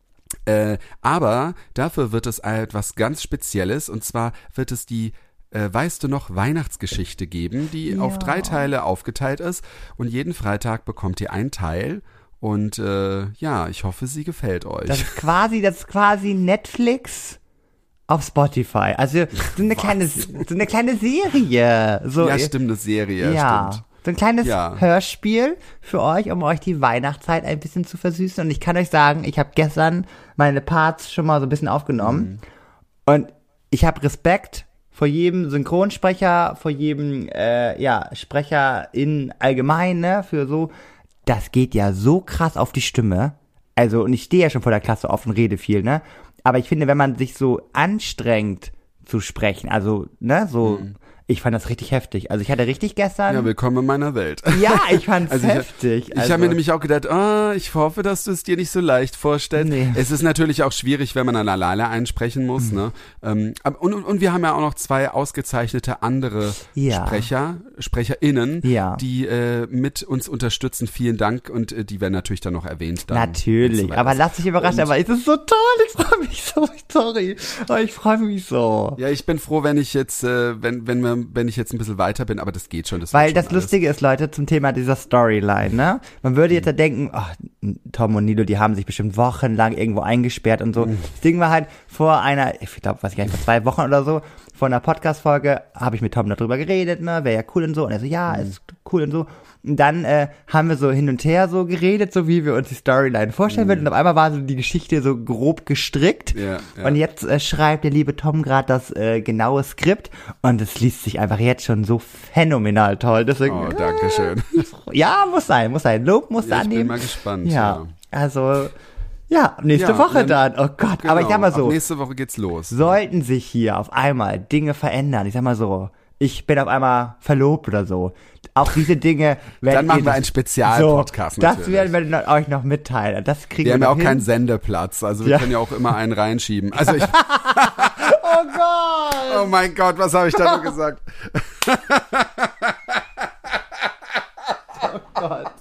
Äh, aber dafür wird es etwas ganz Spezielles und zwar wird es die äh, Weißt du noch Weihnachtsgeschichte geben, die Ja. auf drei Teile aufgeteilt ist und jeden Freitag bekommt ihr einen Teil und äh, ja, ich hoffe, sie gefällt euch. Das ist quasi, das ist quasi Netflix auf Spotify. Also so eine kleine, so eine kleine Serie. So, ja, stimmt, eine Serie, ja. stimmt. So ein kleines Ja. Hörspiel für euch, um euch die Weihnachtszeit ein bisschen zu versüßen. Und ich kann euch sagen, ich habe gestern meine Parts schon mal so ein bisschen aufgenommen. Mhm. Und ich habe Respekt vor jedem Synchronsprecher, vor jedem äh, ja, Sprecher in allgemein, ne, für so. Das geht ja so krass auf die Stimme. Also, und ich stehe ja schon vor der Klasse auf und rede viel, ne? Aber ich finde, wenn man sich so anstrengt zu sprechen, also, ne, so, Mhm. ich fand das richtig heftig. Also, ich hatte richtig gestern. Ja, willkommen in meiner Welt. Ja, ich fand's Also ich- heftig. Ich also, habe mir nämlich auch gedacht, ah, ich hoffe, dass du es dir nicht so leicht vorstellst. Nee. Es ist natürlich auch schwierig, wenn man dann alleine einsprechen muss. Mhm. Ne? Ähm, aber- und, und, und wir haben ja auch noch zwei ausgezeichnete andere Ja. Sprecher, SprecherInnen, Ja. die äh, mit uns unterstützen. Vielen Dank und äh, die werden natürlich dann noch erwähnt. Dann, Natürlich, wenn's soweit aber ist. lass dich überraschen, Und- aber es ist so toll, ich freue mich so, sorry, aber ich freue mich so. Ja, ich bin froh, wenn ich jetzt, äh, wenn, wenn, wir, wenn ich jetzt ein bisschen weiter bin, aber das geht schon. Das Weil wird das schon alles. Lustige ist, Leute, zum Thema dieser Storyline, ne? Man würde jetzt ja denken, ach, Tom und Nilo, die haben sich bestimmt wochenlang irgendwo eingesperrt und so. Das Ding war halt, vor einer, ich glaube, weiß ich gar nicht, vor zwei Wochen oder so, vor einer Podcast-Folge habe ich mit Tom darüber geredet, ne? Wäre ja cool und so. Und er so, ja, ist cool und so. Und dann äh, haben wir so hin und her so geredet, so wie wir uns die Storyline vorstellen würden. Und auf einmal war so die Geschichte so grob gestrickt. Ja, ja. Und jetzt äh, schreibt der liebe Tom gerade das äh, genaue Skript. Und es liest sich einfach jetzt schon so phänomenal toll. Deswegen, Oh, danke schön. ja, muss sein, muss sein. Lob muss Ja, ich annehmen. bin mal gespannt. Ja, Ja. also, ja, nächste Ja, Woche dann- dann. Oh Gott, Genau, aber ich sag mal ab so, nächste Woche geht's los. sollten sich hier auf einmal Dinge verändern, ich sag mal so, ich bin auf einmal verlobt oder so. Auch diese Dinge werden Dann machen wir einen Spezialpodcast so, das natürlich. werden wir dann euch noch mitteilen. Das kriegen Wir wir haben ja noch auch hin. keinen Sendeplatz, also wir Ja. können ja auch immer einen reinschieben. Also ich, Oh Gott! oh mein Gott, was habe ich da nur gesagt? Oh Gott.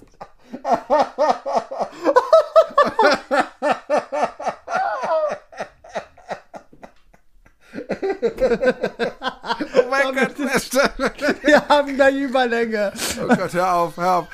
Oh mein Gott, Wir haben da Überlänge. oh Gott, hör auf, hör auf.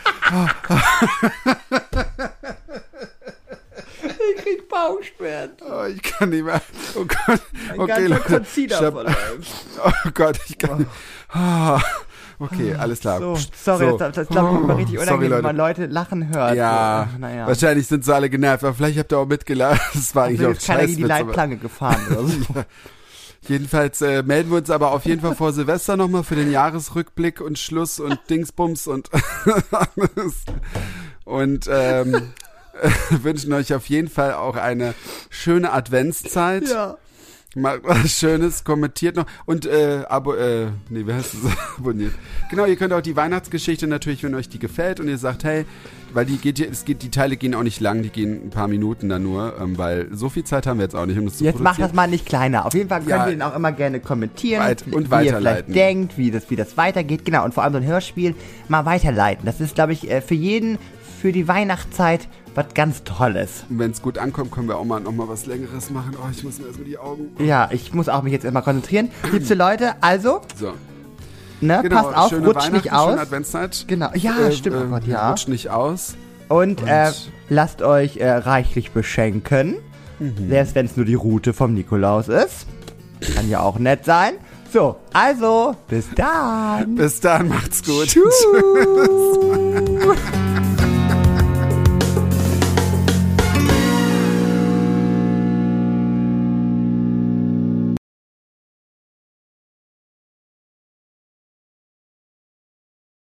Ich krieg Bauchschmerzen. Oh, ich kann nicht mehr. Oh Gott, Ein okay, ganzer Leute. Concealer Stopp. verläuft. Oh Gott, ich kann nicht. Ah, okay, alles klar. So, Psst, sorry, so. das, das glaube ich immer richtig Sorry, unangenehm, wenn Leute. man Leute lachen hört. Ja, so. Naja. wahrscheinlich sind sie alle genervt, aber vielleicht habt ihr auch mitgelacht. Das war eigentlich Hoffentlich auch ist keiner gegen die Scheißwitz, aber- Leitplanke gefahren oder so. Jedenfalls äh, melden wir uns aber auf jeden Fall vor Silvester nochmal für den Jahresrückblick und Schluss und Dingsbums und alles. Und ähm, wünschen euch auf jeden Fall auch eine schöne Adventszeit. Ja. Macht was Schönes, kommentiert noch und äh, abo, äh, nee, wie heißt es? Abonniert. Genau, ihr könnt auch die Weihnachtsgeschichte natürlich, wenn euch die gefällt und ihr sagt, hey, weil die geht, es geht, die Teile gehen auch nicht lang, die gehen ein paar Minuten dann nur, ähm, weil so viel Zeit haben wir jetzt auch nicht, um das zu Jetzt macht produzieren. das mal nicht kleiner. Auf jeden Fall könnt Ja. ihr den auch immer gerne kommentieren, Weit- wie- und wie ihr weiterleiten. vielleicht denkt, wie das, wie das weitergeht. Genau, und vor allem so ein Hörspiel mal weiterleiten. Das ist, glaube ich, äh, für jeden, für die Weihnachtszeit was ganz Tolles. Und wenn es gut ankommt, können wir auch mal noch mal was Längeres machen. Oh, ich muss mir erstmal die Augen... Ja, ich muss auch mich jetzt immer konzentrieren. Liebste Leute, also, So, ne, genau, passt auf, schöne rutscht Weihnachten, nicht aus. schöne Adventszeit. Genau, ja, stimmt, oh Gott, ja. Rutscht nicht aus. Und, Und- äh, lasst euch äh, reichlich beschenken. Mhm. Selbst wenn es nur die Route vom Nikolaus ist. Kann ja auch nett sein. So, also, bis dann. Bis dann, macht's gut. Tschüss.